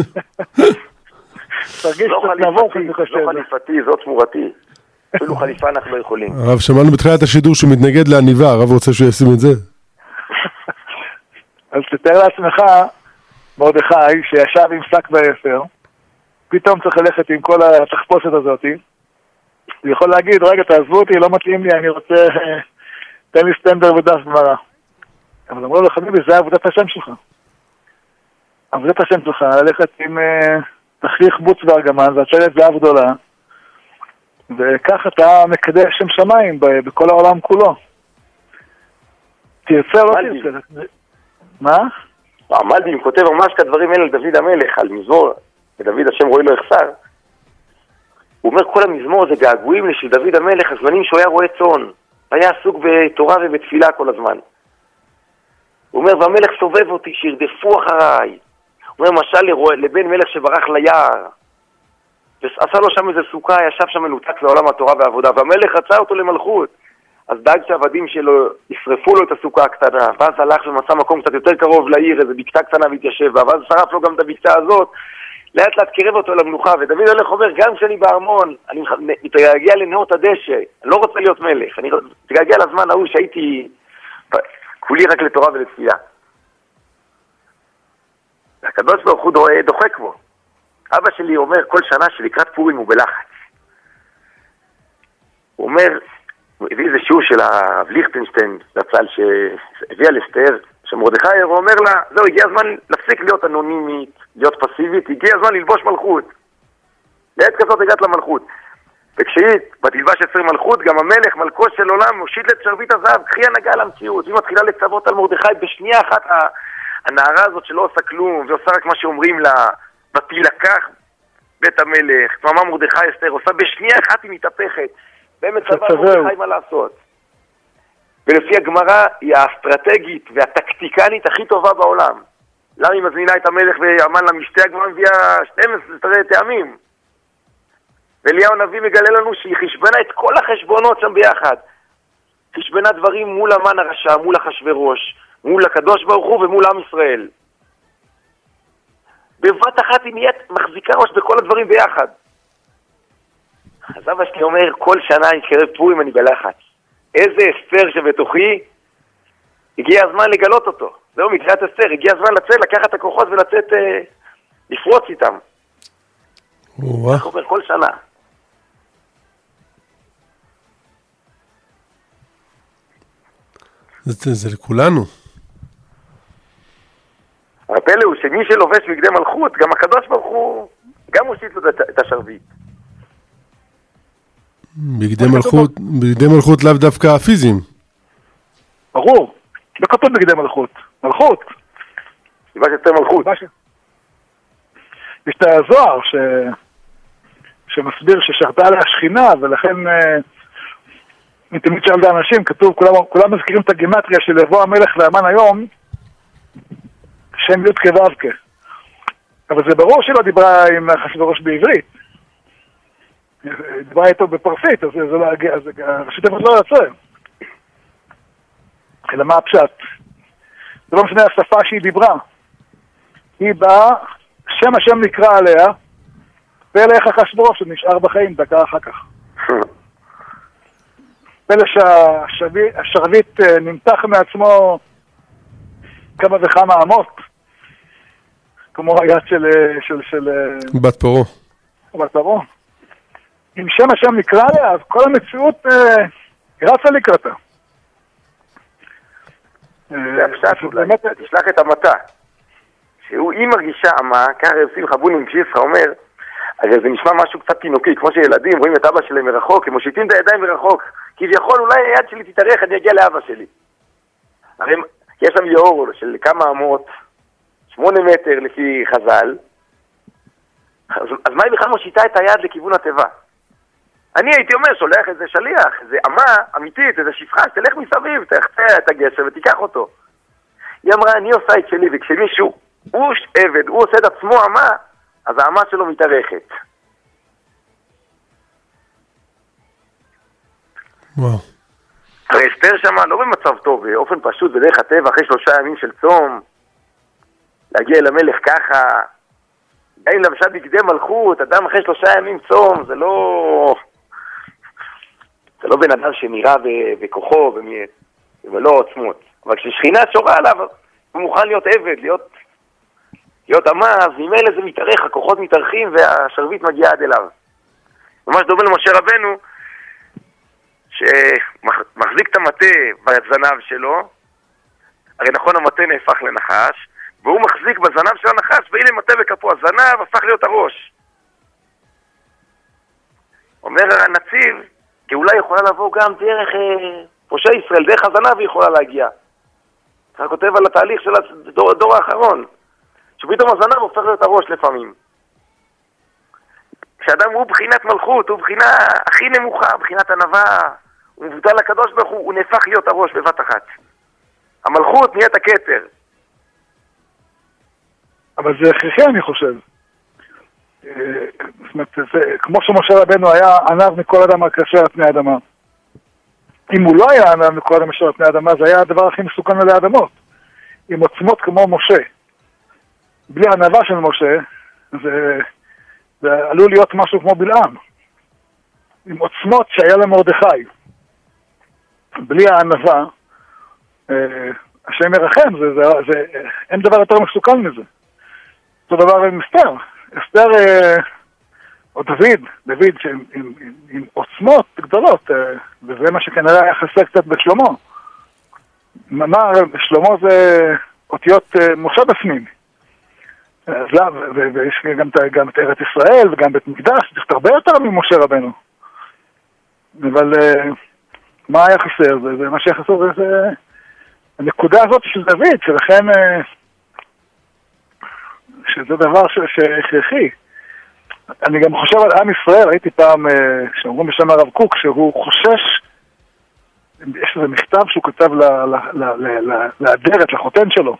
תרגיש קצת נבוך, אני חושב. לא חליפתי, זאת תמורתי. אפילו חליפה אנחנו לא יכולים. הרב, שמענו בתחילת השידור שהוא מתנגד לעניבה, הרב רוצה שהוא ישים את זה. אז תתאר לעצמך, מרדכי, שישב עם שק באפר, פתאום צריך ללכת עם כל התחפושת הזאת, הוא יכול להגיד, רגע, תעזבו אותי, לא מתאים לי, אני רוצה, תן לי סטנדר ודף גמרא. אבל אמרו לו, חביבי, זה עבודת השם שלך. עבודת השם שלך, ללכת עם uh, תכריך בוץ וארגמן, ועטרת זהב גדולה, וכך אתה מקדש שם שמיים ב- בכל העולם כולו. תרצה או לא תרצה? מה? המלבים כותב ממש כדברים האלה על דוד המלך, על מזמור, ודוד השם רואי לו יחסר. הוא אומר, כל המזמור זה געגועים של דוד המלך, הזמנים שהוא היה רואה צאן. היה עסוק בתורה ובתפילה כל הזמן. הוא אומר, והמלך סובב אותי, שירדפו אחריי. הוא אומר, משל לבן מלך שברח ליער, ועשה לו שם איזה סוכה, ישב שם מנותק לעולם התורה והעבודה, והמלך רצה אותו למלכות. אז דאג שהעבדים שלו ישרפו לו את הסוכה הקטנה, ואז הלך ומצא מקום קצת יותר קרוב לעיר, איזה בקתה קטנה והתיישב, ואז שרף לו גם את הבקתה הזאת, לאט לאט קרב אותו למנוחה, ודוד הולך אומר, גם כשאני בארמון, אני מתגעגע לנאות הדשא, אני לא רוצה להיות מלך, אני מתגעגע לזמן ההוא שהייתי כולי רק לתורה ולתפילה. הקדוש ברוך הוא דוחק בו. אבא שלי אומר כל שנה שלקראת פורים הוא בלחץ. הוא אומר, הוא הביא איזה שיעור של הרב ליכטנשטיין, לצל שהביאה לאסתר, שמרדכי הוא אומר לה, זהו, הגיע הזמן להפסיק להיות אנונימית, להיות פסיבית, הגיע הזמן ללבוש מלכות. לעת כזאת הגעת למלכות. וכשהיא בתלבש עשרה מלכות, גם המלך, מלכו של עולם, מושיט את שרביט הזהב, קחי הנהגה למציאות. היא מתחילה לצוות על מרדכי בשנייה אחת, הנערה הזאת שלא עושה כלום, ועושה רק מה שאומרים לה, בתילקח בית המלך, מאמא מרדכי אסתר, עושה בשנייה אחת היא מתהפכת. באמת צבא מרדכי מה לעשות. ולפי הגמרא היא האסטרטגית והטקטיקנית הכי טובה בעולם. למה היא מזמינה את המלך ואמן למשתי הגמרא מביאה שנים עשר טעמים? ואליהו הנביא מגלה לנו שהיא חשבנה את כל החשבונות שם ביחד. חשבנה דברים מול המן הרשע, מול אחשוורוש, מול הקדוש ברוך הוא ומול עם ישראל. בבת אחת היא נהיית מחזיקה ראש בכל הדברים ביחד. אז אבא שלי אומר, כל שנה אני קרב פורים אני בלחץ. איזה אסתר שבתוכי, הגיע הזמן לגלות אותו. זהו מקריאת אסתר, הגיע הזמן לצאת, לקחת את הכוחות ולצאת, אה, לפרוץ איתם. כך אומר כל שנה. זה, זה לכולנו. הפלא הוא שמי שלובש בגדי מלכות, גם הקדוש ברוך הוא, גם מושיט לו את השרביט. בגדי מלכות, בגדי מלכות לאו דווקא הפיזיים. ברור, לא כתוב בגדי מלכות, מלכות. לבש יותר מלכות. יש את הזוהר ש... שמסביר ששרתה עליה שכינה, ולכן מתמיד שעל אנשים, כתוב, כולם, כולם מזכירים את הגימטריה של לבוא המלך לאמן היום, שם י' כו'. אבל זה ברור שלא דיברה עם אחשוורוש בעברית. דיברה איתו בפרסית, אז זה לא הגיע, אז ראשית אבל לא יוצא. אלא מה הפשט? זה לא משנה השפה שהיא דיברה. היא באה, שם השם נקרא עליה, ואלה אחשוורוש שנשאר בחיים דקה אחר כך. פלא שהשרביט נמתח מעצמו כמה וכמה אמות, כמו היד של... של, של בת פרו. בת פרו. אם שם השם נקרא לה, אז כל המציאות אה, רצה לקראתה. זה הפשט אולי, תשלח את המתה. שהוא היא מרגישה אמה, ככה רב שמחה בוני מפשיסחה אומר, הרי זה נשמע משהו קצת תינוקי, כמו שילדים רואים את אבא שלהם מרחוק, הם מושיטים את הידיים מרחוק, כביכול אולי היד שלי תתארך, אני אגיע לאבא שלי. הרי יש שם יאור של כמה אמות, שמונה מטר לפי חז"ל, אז, אז מה היא בכלל מושיטה את היד לכיוון הטבע? אני הייתי אומר, שולח איזה שליח, איזה אמה אמיתית, איזה שפחה, שתלך מסביב, תחצה את הגשר ותיקח אותו. היא אמרה, אני עושה את שלי, וכשמישהו, הוא עבד, הוא עושה את עצמו אמה, אז האמה שלו מתארכת. וואו. הרי אסתר שמה לא במצב טוב, באופן פשוט, בדרך הטבע, אחרי שלושה ימים של צום, להגיע אל המלך ככה, גם אם לבשה בגדי מלכות, אדם אחרי שלושה ימים צום, זה לא... זה לא בן אדם שנראה בכוחו ולא עוצמות. אבל כששכינה שורה עליו, הוא מוכן להיות עבד, להיות, להיות אמה, אז ממילא זה מתארך, הכוחות מתארכים והשרביט מגיע עד אליו. ממש דומה למשה רבנו, שמחזיק את המטה בזנב שלו, הרי נכון המטה נהפך לנחש, והוא מחזיק בזנב של הנחש, והנה מטה בכפו, הזנב הפך להיות הראש. אומר הנציב, כי אולי יכולה לבוא גם דרך אה, פושע ישראל, דרך הזנב היא יכולה להגיע. אתה כותב על התהליך של הדור, הדור האחרון, שפתאום הזנב הופך להיות הראש לפעמים. כשאדם הוא בחינת מלכות, הוא בחינה הכי נמוכה, בחינת ענווה, הוא מבוטל לקדוש ברוך הוא, הוא נהפך להיות הראש בבת אחת. המלכות נהיית הכתר. אבל זה הכרחי, אני חושב. זאת אומרת, זה, כמו שמשה רבנו היה ענב מכל אדם הקשה על פני האדמה. אם הוא לא היה ענב מכל אדם הקשה על פני האדמה, זה היה הדבר הכי מסוכן עלי האדמות. עם עוצמות כמו משה. בלי הענבה של משה, זה, זה עלול להיות משהו כמו בלעם. עם עוצמות שהיה למרדכי. בלי הענבה, אה, השם ירחם, זה, זה, זה, אין דבר יותר מסוכן מזה. אותו דבר עם אסתר. אסתר, אה, או דוד, דוד שעם, עם, עם, עם עוצמות גדולות, אה, וזה מה שכנראה היה חסר קצת בשלמה. מה, שלמה זה אותיות אה, משה בפנים. אז לא, ויש גם, גם את ארץ ישראל וגם בית מקדש, צריך הרבה יותר ממשה רבנו. אבל מה היה חסר? זה, זה מה שהיה חסר זה, זה הנקודה הזאת של דוד, שלכן שזה דבר שהכרחי. אני גם חושב על עם ישראל, ראיתי פעם שאומרים בשם הרב קוק, שהוא חושש, יש איזה מכתב שהוא כתב לאדרת, לחותן שלו.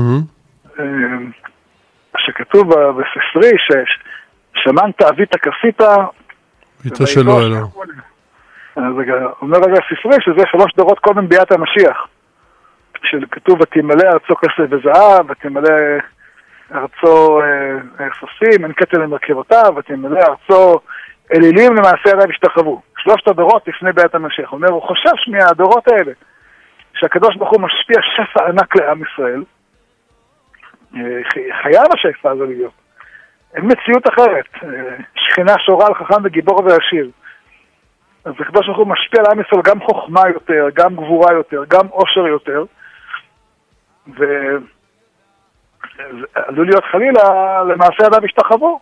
שכתוב בספרי, ששמנת אבית כפית, ביתו שלו אלו. אז אומר רגע הספרי שזה שלוש דורות קודם ביאת המשיח. שכתוב, ותמלא ארצו כסף וזהב, ותמלא ארצו אה, סוסים, אין קטל למרכבותיו, ותמלא ארצו אלילים למעשה עליו השתחוו. שלושת הדורות לפני ביאת המשיח. הוא אומר, הוא חושש מהדורות האלה, שהקדוש ברוך הוא משפיע שפע ענק לעם ישראל. חייב השפע הזה להיות. אין מציאות אחרת. שכינה שורה על חכם וגיבור ועשיר. אז הקדוש ברוך הוא משפיע על עם ישראל גם חוכמה יותר, גם גבורה יותר, גם עושר יותר. ועלול להיות חלילה למעשה עליו השתחוו.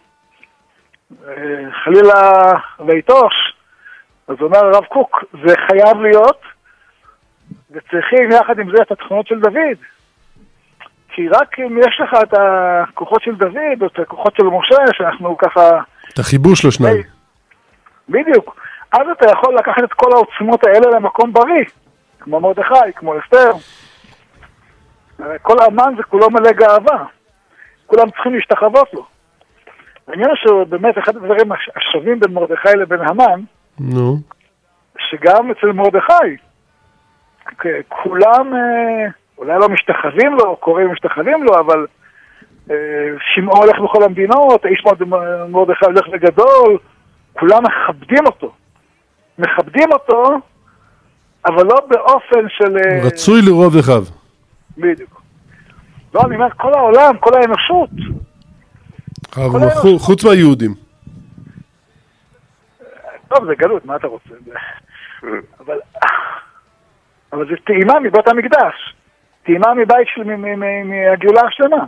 חלילה ויטוש. אז אומר הרב קוק, זה חייב להיות, וצריכים יחד עם זה את התכונות של דוד. כי רק אם יש לך את הכוחות של דוד, או את הכוחות של משה, שאנחנו ככה... את החיבור שלו שניים. בדיוק. אז אתה יכול לקחת את כל העוצמות האלה למקום בריא, כמו מרדכי, כמו אסתר. כל האמן זה כולו מלא גאווה. כולם צריכים להשתחוות לו. העניין שבאמת אחד הדברים השווים בין מרדכי לבין המן, נו. שגם אצל מרדכי, כולם... אולי לא משתחווים לו, קוראים משתחווים לו, אבל אה, שמעו הולך בכל המדינות, האיש מרדכי הולך וגדול, כולם מכבדים אותו. מכבדים אותו, אבל לא באופן של... רצוי לרוב אחיו. בדיוק. לא, אני אומר, כל העולם, כל האנושות. כל האנושות. חוץ מהיהודים. טוב, זה גלות, מה אתה רוצה? אבל, אבל זה טעימה מבית המקדש. טעימה מבית של מהגאולה השלמה.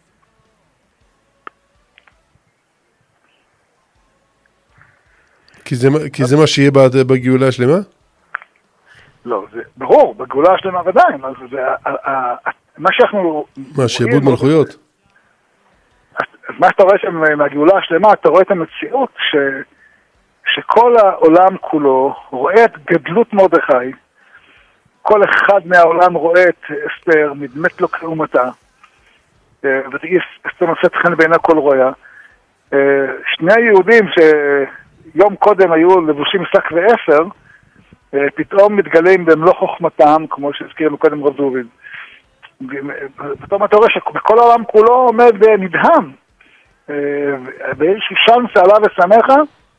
כי זה, כי זה מה שיהיה בגאולה השלמה? לא, זה ברור, בגאולה השלמה ודאי. זה, מה שאנחנו... מה, שיעבוד מלכויות? אז מה שאתה רואה שם מהגאולה השלמה, אתה רואה את המציאות ש, שכל העולם כולו רואה את גדלות מרדכי, כל אחד מהעולם רואה את אסתר, נדמת לו כאומתה, ותגיד, אסתר נושאת חן בעיני כל רויה. שני היהודים שיום קודם היו לבושים שק ואפר, פתאום מתגלים במלוא חוכמתם, כמו שהזכירנו קודם רב דוד. פתאום אתה רואה שבכל העולם כולו עומד נדהם, באיזשהו שם שעלה ושמחה,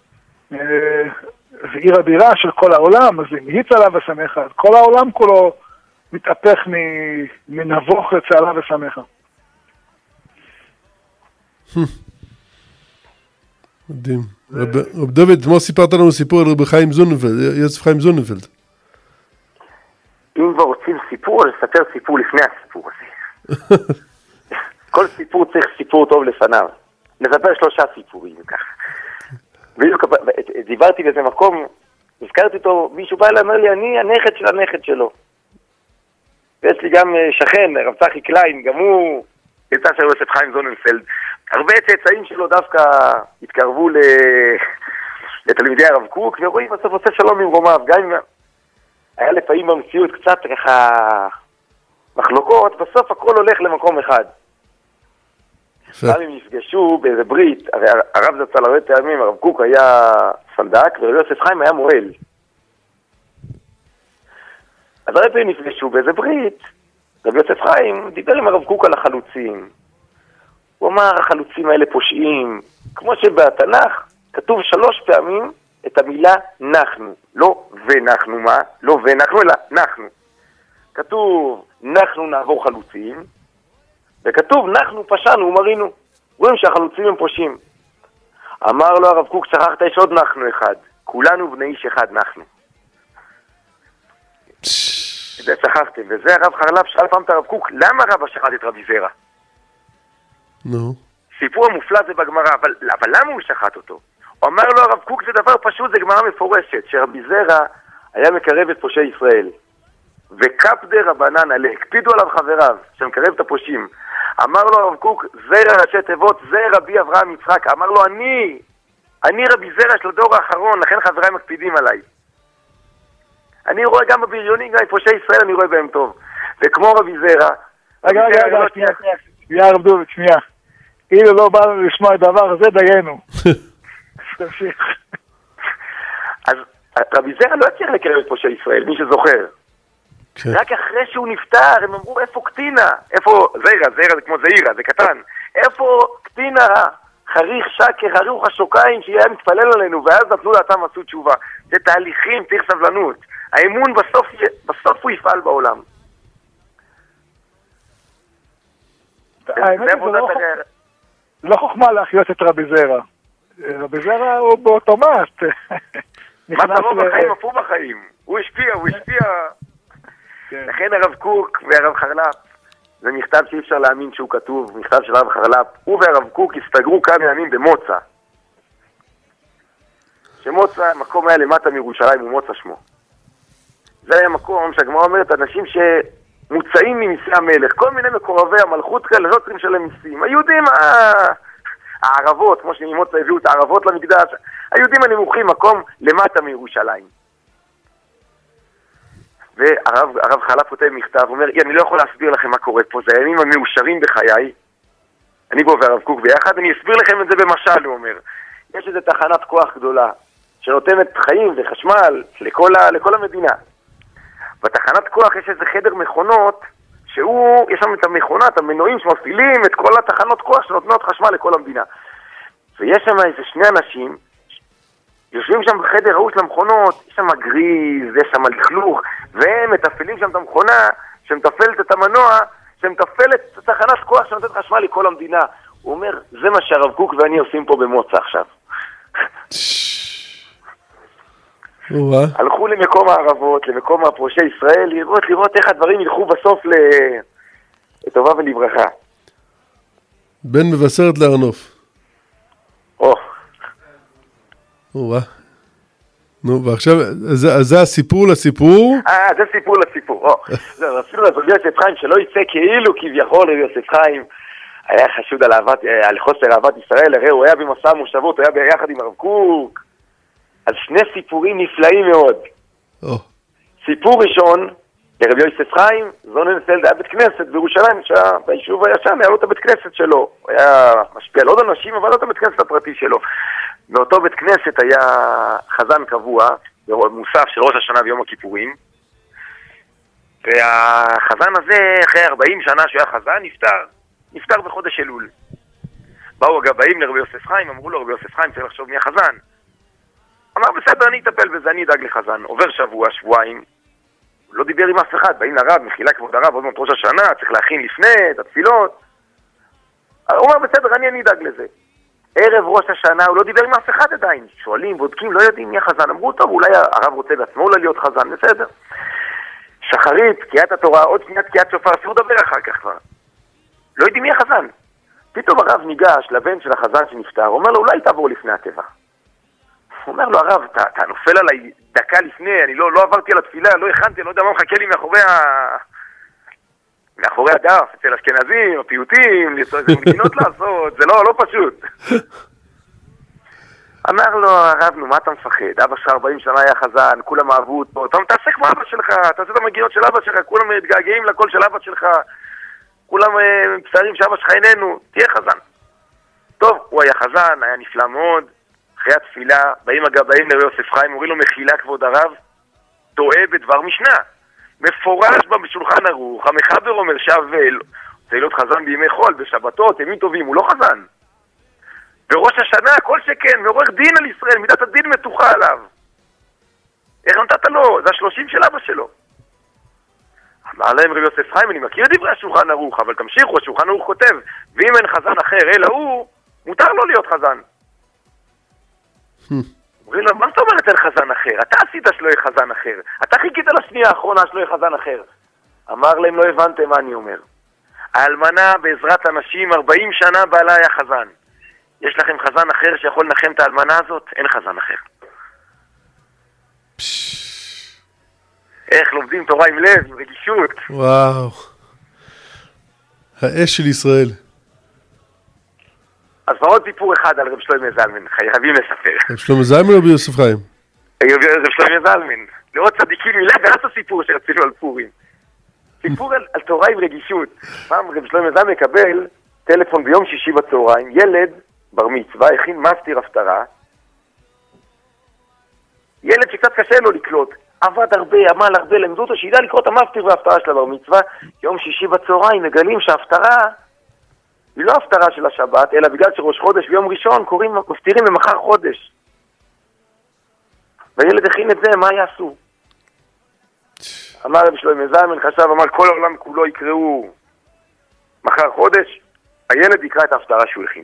זה עיר הבירה של כל העולם, אז אם היא צהלה ושמחה, אז כל העולם כולו מתהפך מנבוך לצהלה ושמחה. מדהים. רב דוד, מה סיפרת לנו סיפור על רבי חיים זוננפלד, יוסף חיים זוננפלד? אם כבר רוצים סיפור, לספר סיפור לפני הסיפור הזה. כל סיפור צריך סיפור טוב לפניו. נספר שלושה סיפורים כך. בדיוק דיברתי באיזה מקום, הזכרתי אותו, מישהו בא אליי, אומר לי, אני הנכד של הנכד שלו. ויש לי גם שכן, רב צחי קליין, גם הוא יצא של יוסף חיים זוננפלד. הרבה צאצאים שלו דווקא התקרבו לתלמידי הרב קוק, ורואים בסוף עושה שלום עם רומיו. גם אם היה לפעמים במציאות קצת ככה מחלוקות, בסוף הכל הולך למקום אחד. פעם הם נפגשו באיזה ברית, הרי הרב זצ"ל הרבה פעמים, הרב קוק היה סנדק, ורבי יוסף חיים היה מועל. אז הרבה פעמים נפגשו באיזה ברית, רבי יוסף חיים דיבר עם הרב קוק על החלוצים. הוא אמר, החלוצים האלה פושעים, כמו שבתנ"ך כתוב שלוש פעמים את המילה נחנו, לא ונחנו מה, לא ונחנו, אלא נחנו. כתוב, נחנו נעבור חלוצים, וכתוב, נחנו פשענו ומרינו. רואים שהחלוצים הם פושעים. אמר לו הרב קוק, שכחת, יש עוד נחנו אחד. כולנו בני איש אחד נחנו. זה שכחתם, וזה הרב חרל"פ שאל פעם את הרב קוק, למה רבא שחט את רבי זרע? נו. סיפור המופלא זה בגמרא, אבל, אבל למה הוא שחט אותו? הוא אמר לו הרב קוק, זה דבר פשוט, זה גמרא מפורשת, שרבי זרע היה מקרב את פושעי ישראל. וקפדה רבנן עלה, הקפידו עליו חבריו, שמקרב את הפושעים. אמר לו הרב קוק, זרע ראשי תיבות, זה רבי אברהם יצחק. אמר לו, אני, אני רבי זרע של הדור האחרון, לכן חבריי מקפידים עליי. אני רואה גם בבריונים, גם פושעי ישראל, אני רואה בהם טוב. וכמו רבי זרע... רגע, רגע, רגע, שנייה, שנייה, שנייה, הרב דוביץ', שנייה. כאילו לא באנו לשמוע את דבר הזה, דיינו. תמשיך. אז רבי זרע לא הצליח לקרב את פושעי ישראל, מי שזוכר. רק אחרי שהוא נפטר, הם אמרו, איפה קטינה? איפה, זרע, זרע זה כמו זעירה, זה קטן. איפה קטינה, חריך שקר, הרוח השוקיים, שהיה מתפלל עלינו, ואז נתנו לאתם עשו תשובה. זה תהליכים, צריך סבלנות. האמון בסוף, בסוף הוא יפעל בעולם. האמת זה לא חוכמה להחיות את רבי זרע. רבי זרע הוא באוטומט. מה תרוב בחיים, אפו בחיים. הוא השפיע, הוא השפיע... לכן הרב קוק והרב חרל"פ, זה מכתב שאי אפשר להאמין שהוא כתוב, מכתב של הרב חרל"פ, הוא והרב קוק הסתגרו כמה ימים במוצא. שמוצא, מקום היה למטה מירושלים, הוא מוצא שמו. זה היה מקום שהגמרא אומרת, אנשים שמוצאים ממיסי המלך, כל מיני מקורבי המלכות כאלה, לא צריכים לשלם מיסים. היהודים, הערבות, כמו שממוצא הביאו את הערבות למקדש, היהודים הנמוכים, מקום למטה מירושלים. והרב הרב חרל"פ כותב מכתב, הוא אומר, אני לא יכול להסביר לכם מה קורה פה, זה הימים המאושרים בחיי, אני בו והרב קוק ביחד, אני אסביר לכם את זה במשל, הוא אומר. יש איזו תחנת כוח גדולה, שנותנת חיים וחשמל לכל, ה, לכל המדינה. בתחנת כוח יש איזה חדר מכונות, שהוא, יש שם את המכונת, המנועים שמפעילים את כל התחנות כוח שנותנות חשמל לכל המדינה. ויש שם איזה שני אנשים, יושבים שם בחדר ההוא של המכונות, יש שם גריז, יש שם לכלוך, והם מתפעלים שם את המכונה, שמתפעלת את המנוע, שמתפעלת את תחנת כוח שנותנת חשמל לכל המדינה. הוא אומר, זה מה שהרב קוק ואני עושים פה במוצא עכשיו. הלכו למקום הערבות, למקום הפרושי ישראל, לראות, לראות איך הדברים ילכו בסוף לטובה ולברכה. בן מבשרת לארנוף. או. וואה. נו, ועכשיו, אז זה הסיפור לסיפור? אה, זה סיפור לסיפור. או, זה אפילו לרבי יוסף חיים, שלא יצא כאילו כביכול רבי יוסף חיים, היה חשוד על, אהבת, על חוסר אהבת ישראל, הרי הוא היה במסע מושבות, הוא היה ביחד עם הרב קוק. אז שני סיפורים נפלאים מאוד. או. סיפור ראשון, לרבי יוסף חיים, זונן סלד היה בית כנסת בירושלים, ביישוב הישן היה לו את הבית כנסת שלו. הוא היה משפיע על עוד אנשים, אבל לא את הבית כנסת הפרטי שלו. באותו בית כנסת היה חזן קבוע, מוסף של ראש השנה ויום הכיפורים. והחזן הזה, אחרי ארבעים שנה שהוא היה חזן, נפטר. נפטר בחודש אלול. באו הגבאים לרבי יוסף חיים, אמרו לו, רבי יוסף חיים, צריך לחשוב מי החזן. אמר, בסדר, אני אטפל בזה, אני אדאג לחזן. עובר שבוע, שבועיים, הוא לא דיבר עם אף אחד, באים לרב, מחילה כבוד הרב, עוד מעט ראש השנה, צריך להכין לפני, את התפילות. הוא אומר, בסדר, אני, אני אדאג לזה. ערב ראש השנה, הוא לא דיבר עם אף אחד עדיין. שואלים, בודקים, לא יודעים מי החזן. אמרו, טוב, אולי הרב רוצה בעצמו אולי להיות חזן, בסדר. שחרית, תקיעת התורה, עוד שנייה תקיעת שופר, אסור לדבר אחר כך כבר. לא יודעים מי החזן. פתאום הרב ניגש לבן של החזן שנפטר, אומר לו, אולי תעבור לפני הטבע. הוא אומר לו, הרב, אתה, אתה נופל עליי דקה לפני, אני לא, לא עברתי על התפילה, לא הכנתי, אני לא יודע מה מחכה לי מאחורי ה... מאחורי הדף, אצל אשכנזים, הפיוטים, איזה מדינות לעשות, זה לא, לא פשוט. אמר לו, הרב, נו, מה אתה מפחד? אבא שלך ארבעים שנה היה חזן, כולם אהבו אותו, אתה מתעסק עם אבא שלך, תעשה את המגינות של אבא שלך, כולם מתגעגעים לקול של אבא שלך, כולם מצטערים שאבא שלך איננו, תהיה חזן. הוא היה חזן, היה נפלא מאוד. אחרי התפילה, באים הגבאים לרבי יוסף חיים, אומרים לו מחילה כבוד הרב, טועה בדבר משנה. מפורש בה בשולחן ערוך, המחבר אומר שווה, זה להיות חזן בימי חול, בשבתות, ימים טובים, הוא לא חזן. בראש השנה, כל שכן, ועורך דין על ישראל, מידת הדין מתוחה עליו. איך נתת לו? זה השלושים של אבא שלו. אמר להם רבי יוסף חיים, אני מכיר דברי השולחן ערוך, אבל תמשיכו, השולחן ערוך כותב, ואם אין חזן אחר, אלא הוא, מותר לו להיות חזן. אומרים לו, מה זאת אומרת אין חזן אחר? אתה עשית שלא יהיה חזן אחר. אתה חיכית לשנייה האחרונה שלא יהיה חזן אחר. אמר להם, לא הבנתם מה אני אומר. האלמנה בעזרת אנשים ארבעים שנה בעלה היה חזן. יש לכם חזן אחר שיכול לנחם את האלמנה הזאת? אין חזן אחר. איך לומדים תורה עם לב, עם רגישות. וואו. האש של ישראל. אז ועוד סיפור אחד על רב שלמה זלמן, חייבים לספר. רב שלמה זלמן או רבי יוסף חיים? רב שלמה זלמן. לראות צדיקים מלב, ולעשות הסיפור שרצינו על פורים. סיפור על, על תורה עם רגישות. פעם רב שלמה זלמן מקבל טלפון ביום שישי בצהריים, ילד בר מצווה, הכין מסתיר הפטרה. ילד שקצת קשה לו לקלוט. עבד הרבה, עמל הרבה, למדו אותו שידע לקרוא את המסתיר וההפטרה של הבר מצווה. יום שישי בצהריים מגלים שההפטרה היא לא הפטרה של השבת, אלא בגלל שראש חודש ביום ראשון קוראים, מפטירים במחר חודש. והילד הכין את זה, מה יעשו? אמר רב שלמה זלמן, חשב, אמר, כל העולם כולו יקראו מחר חודש, הילד יקרא את ההפטרה שהוא הכין.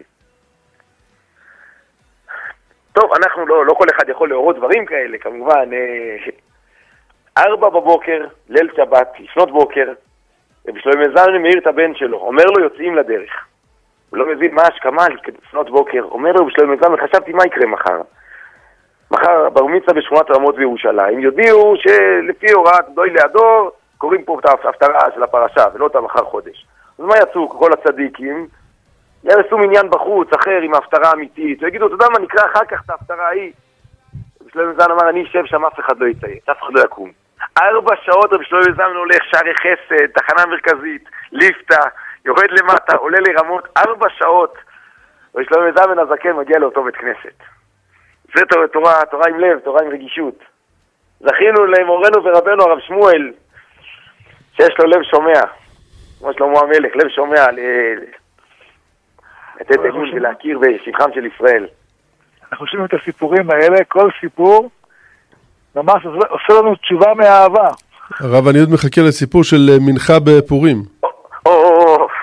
טוב, אנחנו לא, לא כל אחד יכול להורות דברים כאלה, כמובן. ארבע בבוקר, ליל שבת, לפנות בוקר, רב שלמה זלמן מעיר את הבן שלו, אומר לו יוצאים לדרך. הוא לא מבין מה השכמה לפנות בוקר. אומר לו רב שלמה זלמן, חשבתי מה יקרה מחר. מחר בר מצווה בשכונת רמות בירושלים, יודיעו שלפי הוראת גדול לידור, קוראים פה את ההפטרה של הפרשה, ולא את המחר חודש. אז מה יצאו כל הצדיקים? יעשו מניין בחוץ, אחר עם ההפטרה האמיתית, ויגידו, אתה יודע מה, נקרא אחר כך את ההפטרה ההיא. רב שלמה זלמן אמר, אני אשב שם, אף אחד לא יצייץ, אף אחד לא יקום. ארבע שעות רב שלמה זלמן הולך, שערי חסד, תחנה מרכזית, ליפטה, יורד למטה, עולה לרמות, ארבע שעות. רב שלמה זלמן הזקן מגיע לאותו בית כנסת. זה תורה, תורה, תורה עם לב, תורה עם רגישות. זכינו למורנו ורבנו הרב שמואל, שיש לו לב שומע, כמו שלמה המלך, לב שומע, לתת אמון ולהכיר בשבחם של ישראל. אנחנו שומעים את הסיפורים האלה, כל סיפור ממש עושה לנו תשובה מהאהבה. הרב, אני עוד מחכה לסיפור של מנחה בפורים. או, או, או.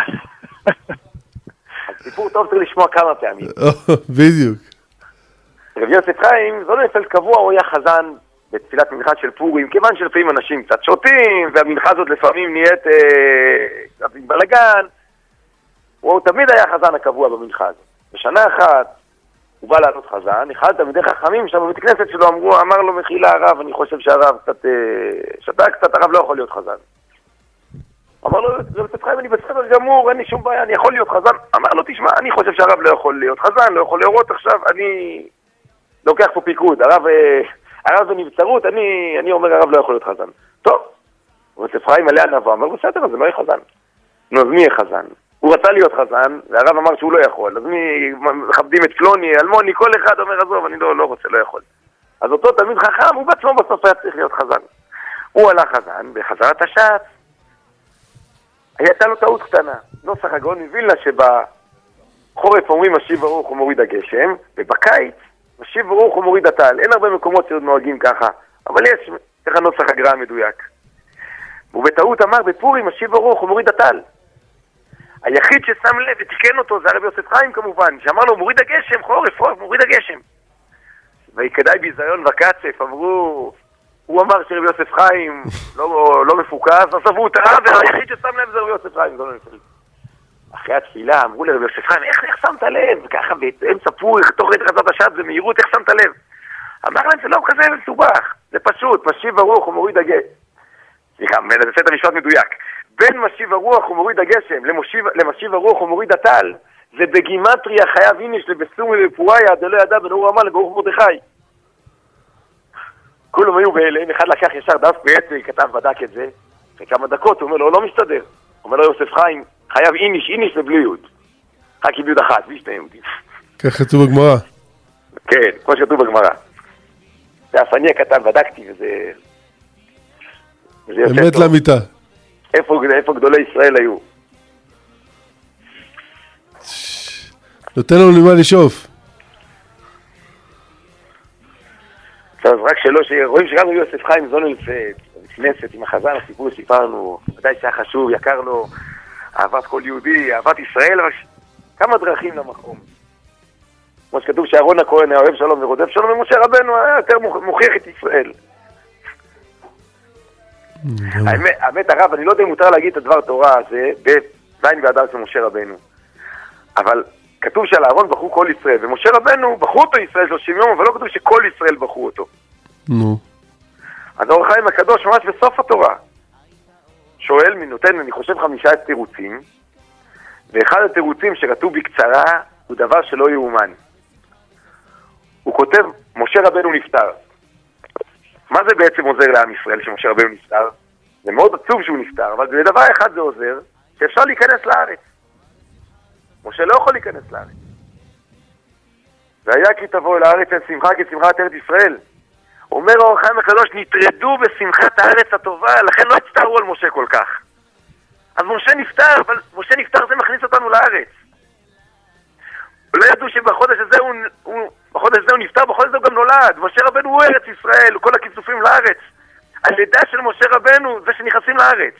הסיפור טוב צריך לשמוע כמה פעמים. בדיוק. רבי יוסף חיים, זוננפלד קבוע, הוא היה חזן בתפילת מנחה של פורים, כיוון שלפעמים אנשים קצת שותים, והמנחה הזאת לפעמים נהיית קצת עם בלגן. הוא תמיד היה חזן הקבוע במנחה הזאת. בשנה אחת הוא בא לעלות חזן, אחד תלמידי חכמים שם בבית כנסת שלו אמרו, אמר לו מחילה הרב, אני חושב שהרב קצת שתה קצת, הרב לא יכול להיות חזן. אמר לו, רבי יוסף חיים, אני בסדר גמור, אין לי שום בעיה, אני יכול להיות חזן. אמר לו, תשמע, אני חושב שהרב לא יכול להיות חזן, לא יכול להורות עכשיו, אני לוקח פה פיקוד, הרב, הרב בנבצרות, אני, אני אומר, הרב לא יכול להיות חזן. טוב, רבי יוסף חיים עליה נבוא, אמר, בסדר, זה לא יהיה חזן. נו, אז מי יהיה חזן? הוא רצה להיות חזן, והרב אמר שהוא לא יכול, אז מי מכבדים את פלוני, אלמוני, כל אחד אומר, עזוב, אני לא, לא רוצה, לא יכול. אז אותו תלמיד חכם, הוא בעצמו בסוף היה צריך להיות חזן. הוא עלה חזן, בחזרת השעת, הייתה לו טעות קטנה. נוסח הגאון מווילנה שבחורף אומרים משיב ברוך ומוריד הגשם, ובקיץ משיב ברוך ומוריד הטל. אין הרבה מקומות שעוד נוהגים ככה, אבל יש איך הנוסח הגר"א המדויק. ובטעות אמר בפורים משיב ברוך ומוריד הטל. היחיד ששם לב ותיקן אותו זה הרב יוסף חיים כמובן, שאמר לו מוריד הגשם, חורף, חורף, מוריד הגשם. וכדאי ביזיון וקצף, אמרו, הוא אמר שרב יוסף חיים לא, לא מפוקס, אז הוא טעה, והיחיד ששם לב זה רב יוסף חיים, זה לא נפל. אחרי התפילה אמרו לרב יוסף חיים, איך, איך שמת לב? ככה באמצע פורים, תוך את חזרת השעת במהירות, איך שמת לב? אמר להם, זה לא כזה מסובך, זה פשוט, משיב ברוך ומוריד הגשם. סליחה, מנסה את המשפט מדויק. בין משיב הרוח ומוריד הגשם למשיב, למשיב הרוח ומוריד הטל, זה בגימטריה חייב איניש לבסומי ובפוריה, דלא ידע בין אור המן לברוך מרדכי. כולם היו בהלם, אחד לקח ישר דף בעצם, כתב בדק את זה, אחרי כמה דקות הוא אומר לו, לא מסתדר. אומר לו יוסף חיים, חייב איניש, איניש לבלי יוד. רק עם יוד אחת, בלי שני יהודים. כך כתוב בגמרא. כן, כמו שכתוב בגמרא. זה אף אני הקטן, בדקתי, וזה... אמת למיטה. איפה, איפה גדולי ישראל היו? נותן לנו למה לשאוף. אז רק שלא, שרואים שגם יוסף חיים זונלפלד, בכנסת עם החזן, הסיפור שסיפרנו, ודאי שהיה חשוב, יקר לו, אהבת כל יהודי, אהבת ישראל, אבל כמה דרכים למקום. כמו שכתוב שאהרון הכהן היה אוהב שלום ורודף שלום, ומשה רבנו היה יותר מוכיח את ישראל. האמת הרב, אני לא יודע אם מותר להגיד את הדבר תורה הזה, בזין באדר של משה רבנו. אבל כתוב שעל אהרון בחרו כל ישראל, ומשה רבנו בחרו אותו ישראל שלושים יום, אבל לא כתוב שכל ישראל בחרו אותו. נו. אז אור החיים הקדוש ממש בסוף התורה שואל, נותן, אני חושב, חמישה תירוצים, ואחד התירוצים שכתוב בקצרה הוא דבר שלא יאומן. הוא כותב, משה רבנו נפטר. מה זה בעצם עוזר לעם ישראל שמשה רבנו נפטר? זה מאוד עצוב שהוא נפטר, אבל בדבר אחד זה עוזר, שאפשר להיכנס לארץ. משה לא יכול להיכנס לארץ. והיה כי תבוא אל הארץ אין שמחה כשמחת ארץ ישראל. אומר אור החיים הקדוש, נטרדו בשמחת הארץ הטובה, לכן לא הצטערו על משה כל כך. אז משה נפטר, אבל משה נפטר זה מכניס אותנו לארץ. לא ידעו שבחודש הזה הוא, הוא, בחודש הזה הוא נפטר, בחודש הזה הוא גם נולד. משה רבנו הוא ארץ ישראל, כל הכיסופים לארץ. הלידה של משה רבנו זה שנכנסים לארץ.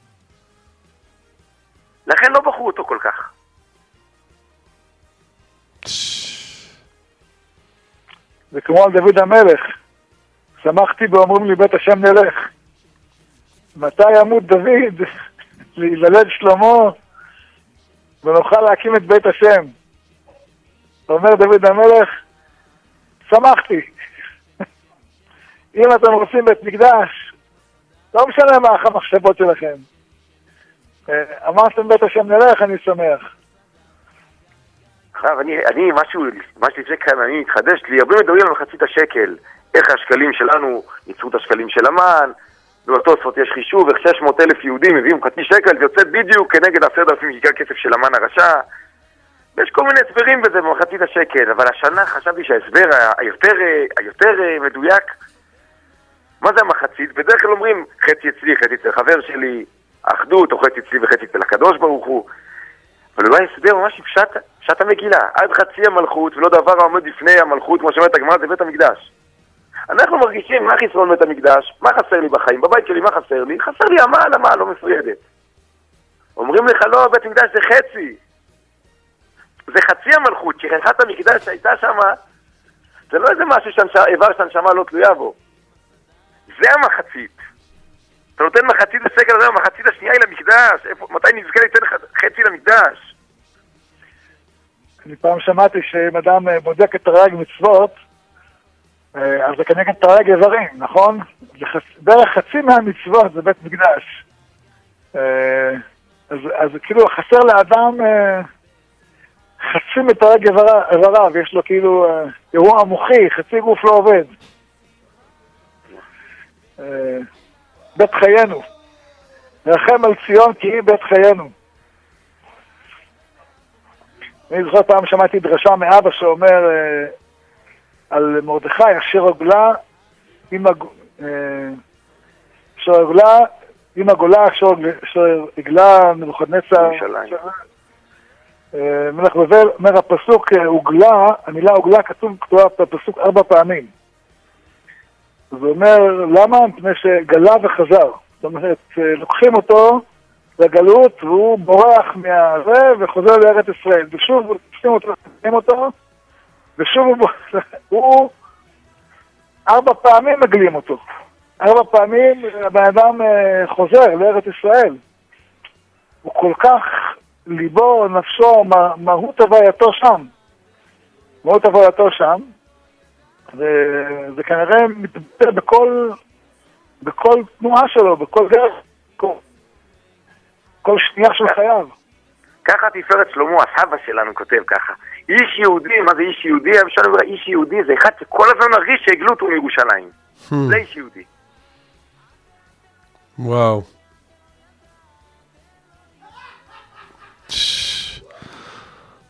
לכן לא בחרו אותו כל כך. זה כמו על דוד המלך. שמחתי באומרים לי בית השם נלך. מתי ימות דוד? להיוולד שלמה ונוכל להקים את בית השם. אומר דוד המלך, שמחתי. אם אתם רוצים בית מקדש, לא משנה מה המחשבות שלכם. אמרתם בית השם נלך, אני שמח. עכשיו, אני, אני, משהו, משהו לפני כמה ימים התחדש לי, הרבה מדברים על מחצית השקל, איך השקלים שלנו ניצרו את השקלים של המן, ובתוספות יש חישוב, איך שש מאות אלף יהודים מביאים חצי שקל, ויוצא בדיוק כנגד עשרת אלפים גיגל כסף של המן הרשע. ויש כל מיני הסברים בזה במחצית השקל, אבל השנה חשבתי שההסבר היותר, היותר מדויק, מה זה המחצית? בדרך כלל אומרים חצי אצלי, חצי אצל חבר שלי, האחדות, או חצי אצלי וחצי אצל הקדוש ברוך הוא. אבל אולי הסבר ממש פשט, פשט המגילה, עד חצי המלכות ולא דבר העומד בפני המלכות, כמו שאומרת הגמרא, זה בית המקדש. אנחנו מרגישים מה חיסרון בית המקדש, מה חסר לי בחיים, בבית שלי מה חסר לי? חסר לי עמל, עמל, לא מפרידת. אומרים לך לא, בית המקדש זה חצי. זה חצי המלכות, שכחת המקדש שהייתה שם, זה לא איזה משהו שאיבר שהנשמה לא תלויה בו. זה המחצית. אתה נותן מחצית לסגל, זה המחצית השנייה היא למקדש. איפה, מתי נזכה ליתן חצי למקדש? אני פעם שמעתי שאם אדם בודק את תרי"ג מצוות, אז זה כנגד תרי"ג איברים, נכון? בערך חצי מהמצוות זה בית מקדש. אז, אז כאילו חסר לאדם חצי מתרי"ג איבריו, יש לו כאילו אירוע מוחי, חצי גוף לא עובד. בית חיינו. רחם על ציון כי היא בית חיינו. אני זוכר פעם שמעתי דרשה מאבא שאומר על מרדכי, אשר עגלה עם אשר עגלה עם הגולה, אשר עגלה נבוכדנצר מלך בבל. אומר הפסוק עוגלה, המילה עוגלה כתוב כתובה בפסוק ארבע פעמים. זה אומר, למה? מפני שגלה וחזר. זאת אומרת, לוקחים אותו לגלות והוא בורח מהזה וחוזר לארץ ישראל. ושוב לוקחים אותו, לוקחים אותו, ושוב הוא, הוא ארבע פעמים מגלים אותו. ארבע פעמים הבן אדם חוזר לארץ ישראל. הוא כל כך ליבו, נפשו, מהות הווייתו שם. מהות הווייתו שם. וזה כנראה מתבטא בכל, בכל תנועה שלו, בכל דרך, כל, כל שנייה של חייו. ככה תפארת שלמה, הסבא שלנו כותב ככה. איש יהודי, מה זה איש יהודי? אפשר לומר, איש יהודי זה אחד שכל הזמן מרגיש שהגלו אותו מירושלים. זה איש יהודי. וואו.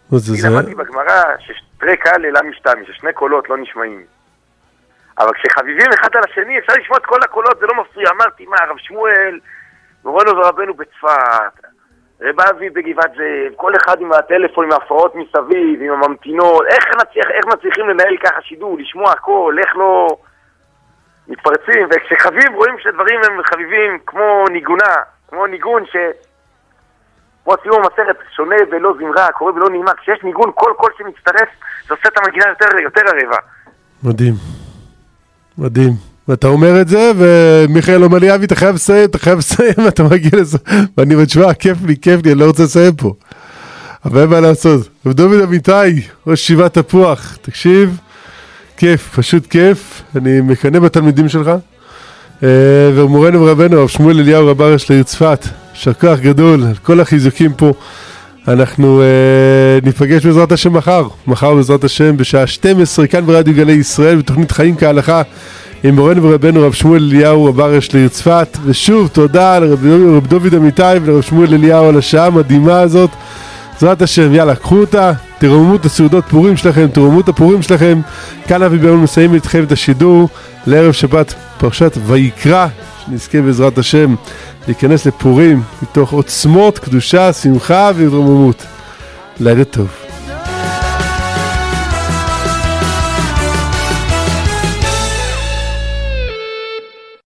אני למדתי בגמרא ששטרי קהל אלא משתמש, ששני קולות לא נשמעים. אבל כשחביבים אחד על השני, אפשר לשמוע את כל הקולות, זה לא מפריע. אמרתי, מה, רב שמואל, מורנו ורבנו בצפת, רב אבי בגבעת זאב, כל אחד עם הטלפון, עם ההפרעות מסביב, עם הממתינות, איך, נצליח, איך מצליחים לנהל ככה שידור, לשמוע הכל, איך לא מתפרצים, וכשחביב רואים שדברים הם חביבים כמו ניגונה, כמו ניגון ש... כמו סיום המסרת, שונה ולא זמרה, קורא ולא נעימה, כשיש ניגון, כל קול שמצטרף, זה עושה את המנגינה יותר, יותר ערבה. מדהים. מדהים. ואתה אומר את זה, ומיכאל אומר לי, אבי, אתה חייב לסיים, אתה חייב לסיים, אתה מגיע לזה. ואני אומר, תשמע, כיף לי, כיף לי, אני לא רוצה לסיים פה. אבל מה לעשות. רב דוד אמיתי, ראש ישיבת תפוח, תקשיב, כיף, פשוט כיף. אני מקנא בתלמידים שלך. ומורנו ורבנו, רב שמואל אליהו רב הראש לעיר צפת, יישר כוח גדול, כל החיזוקים פה. אנחנו אה, ניפגש בעזרת השם מחר, מחר בעזרת השם בשעה שתים עשרה כאן ברדיו גלי ישראל בתוכנית חיים כהלכה עם מורנו ורבנו רב שמואל אליהו רב הראש לעיר צפת. ושוב תודה לרב רב דוד אמיתי ולרב שמואל אליהו על השעה המדהימה הזאת. בעזרת השם, יאללה, קחו אותה, תרוממו את הסעודות פורים שלכם, תרוממו את הפורים שלכם. כאן אבי ביום מסיים איתכם את השידור לערב שבת פרשת ויקרא, שנזכה בעזרת השם להיכנס לפורים מתוך עוצמות, קדושה, שמחה והתרוממות. לילה טוב.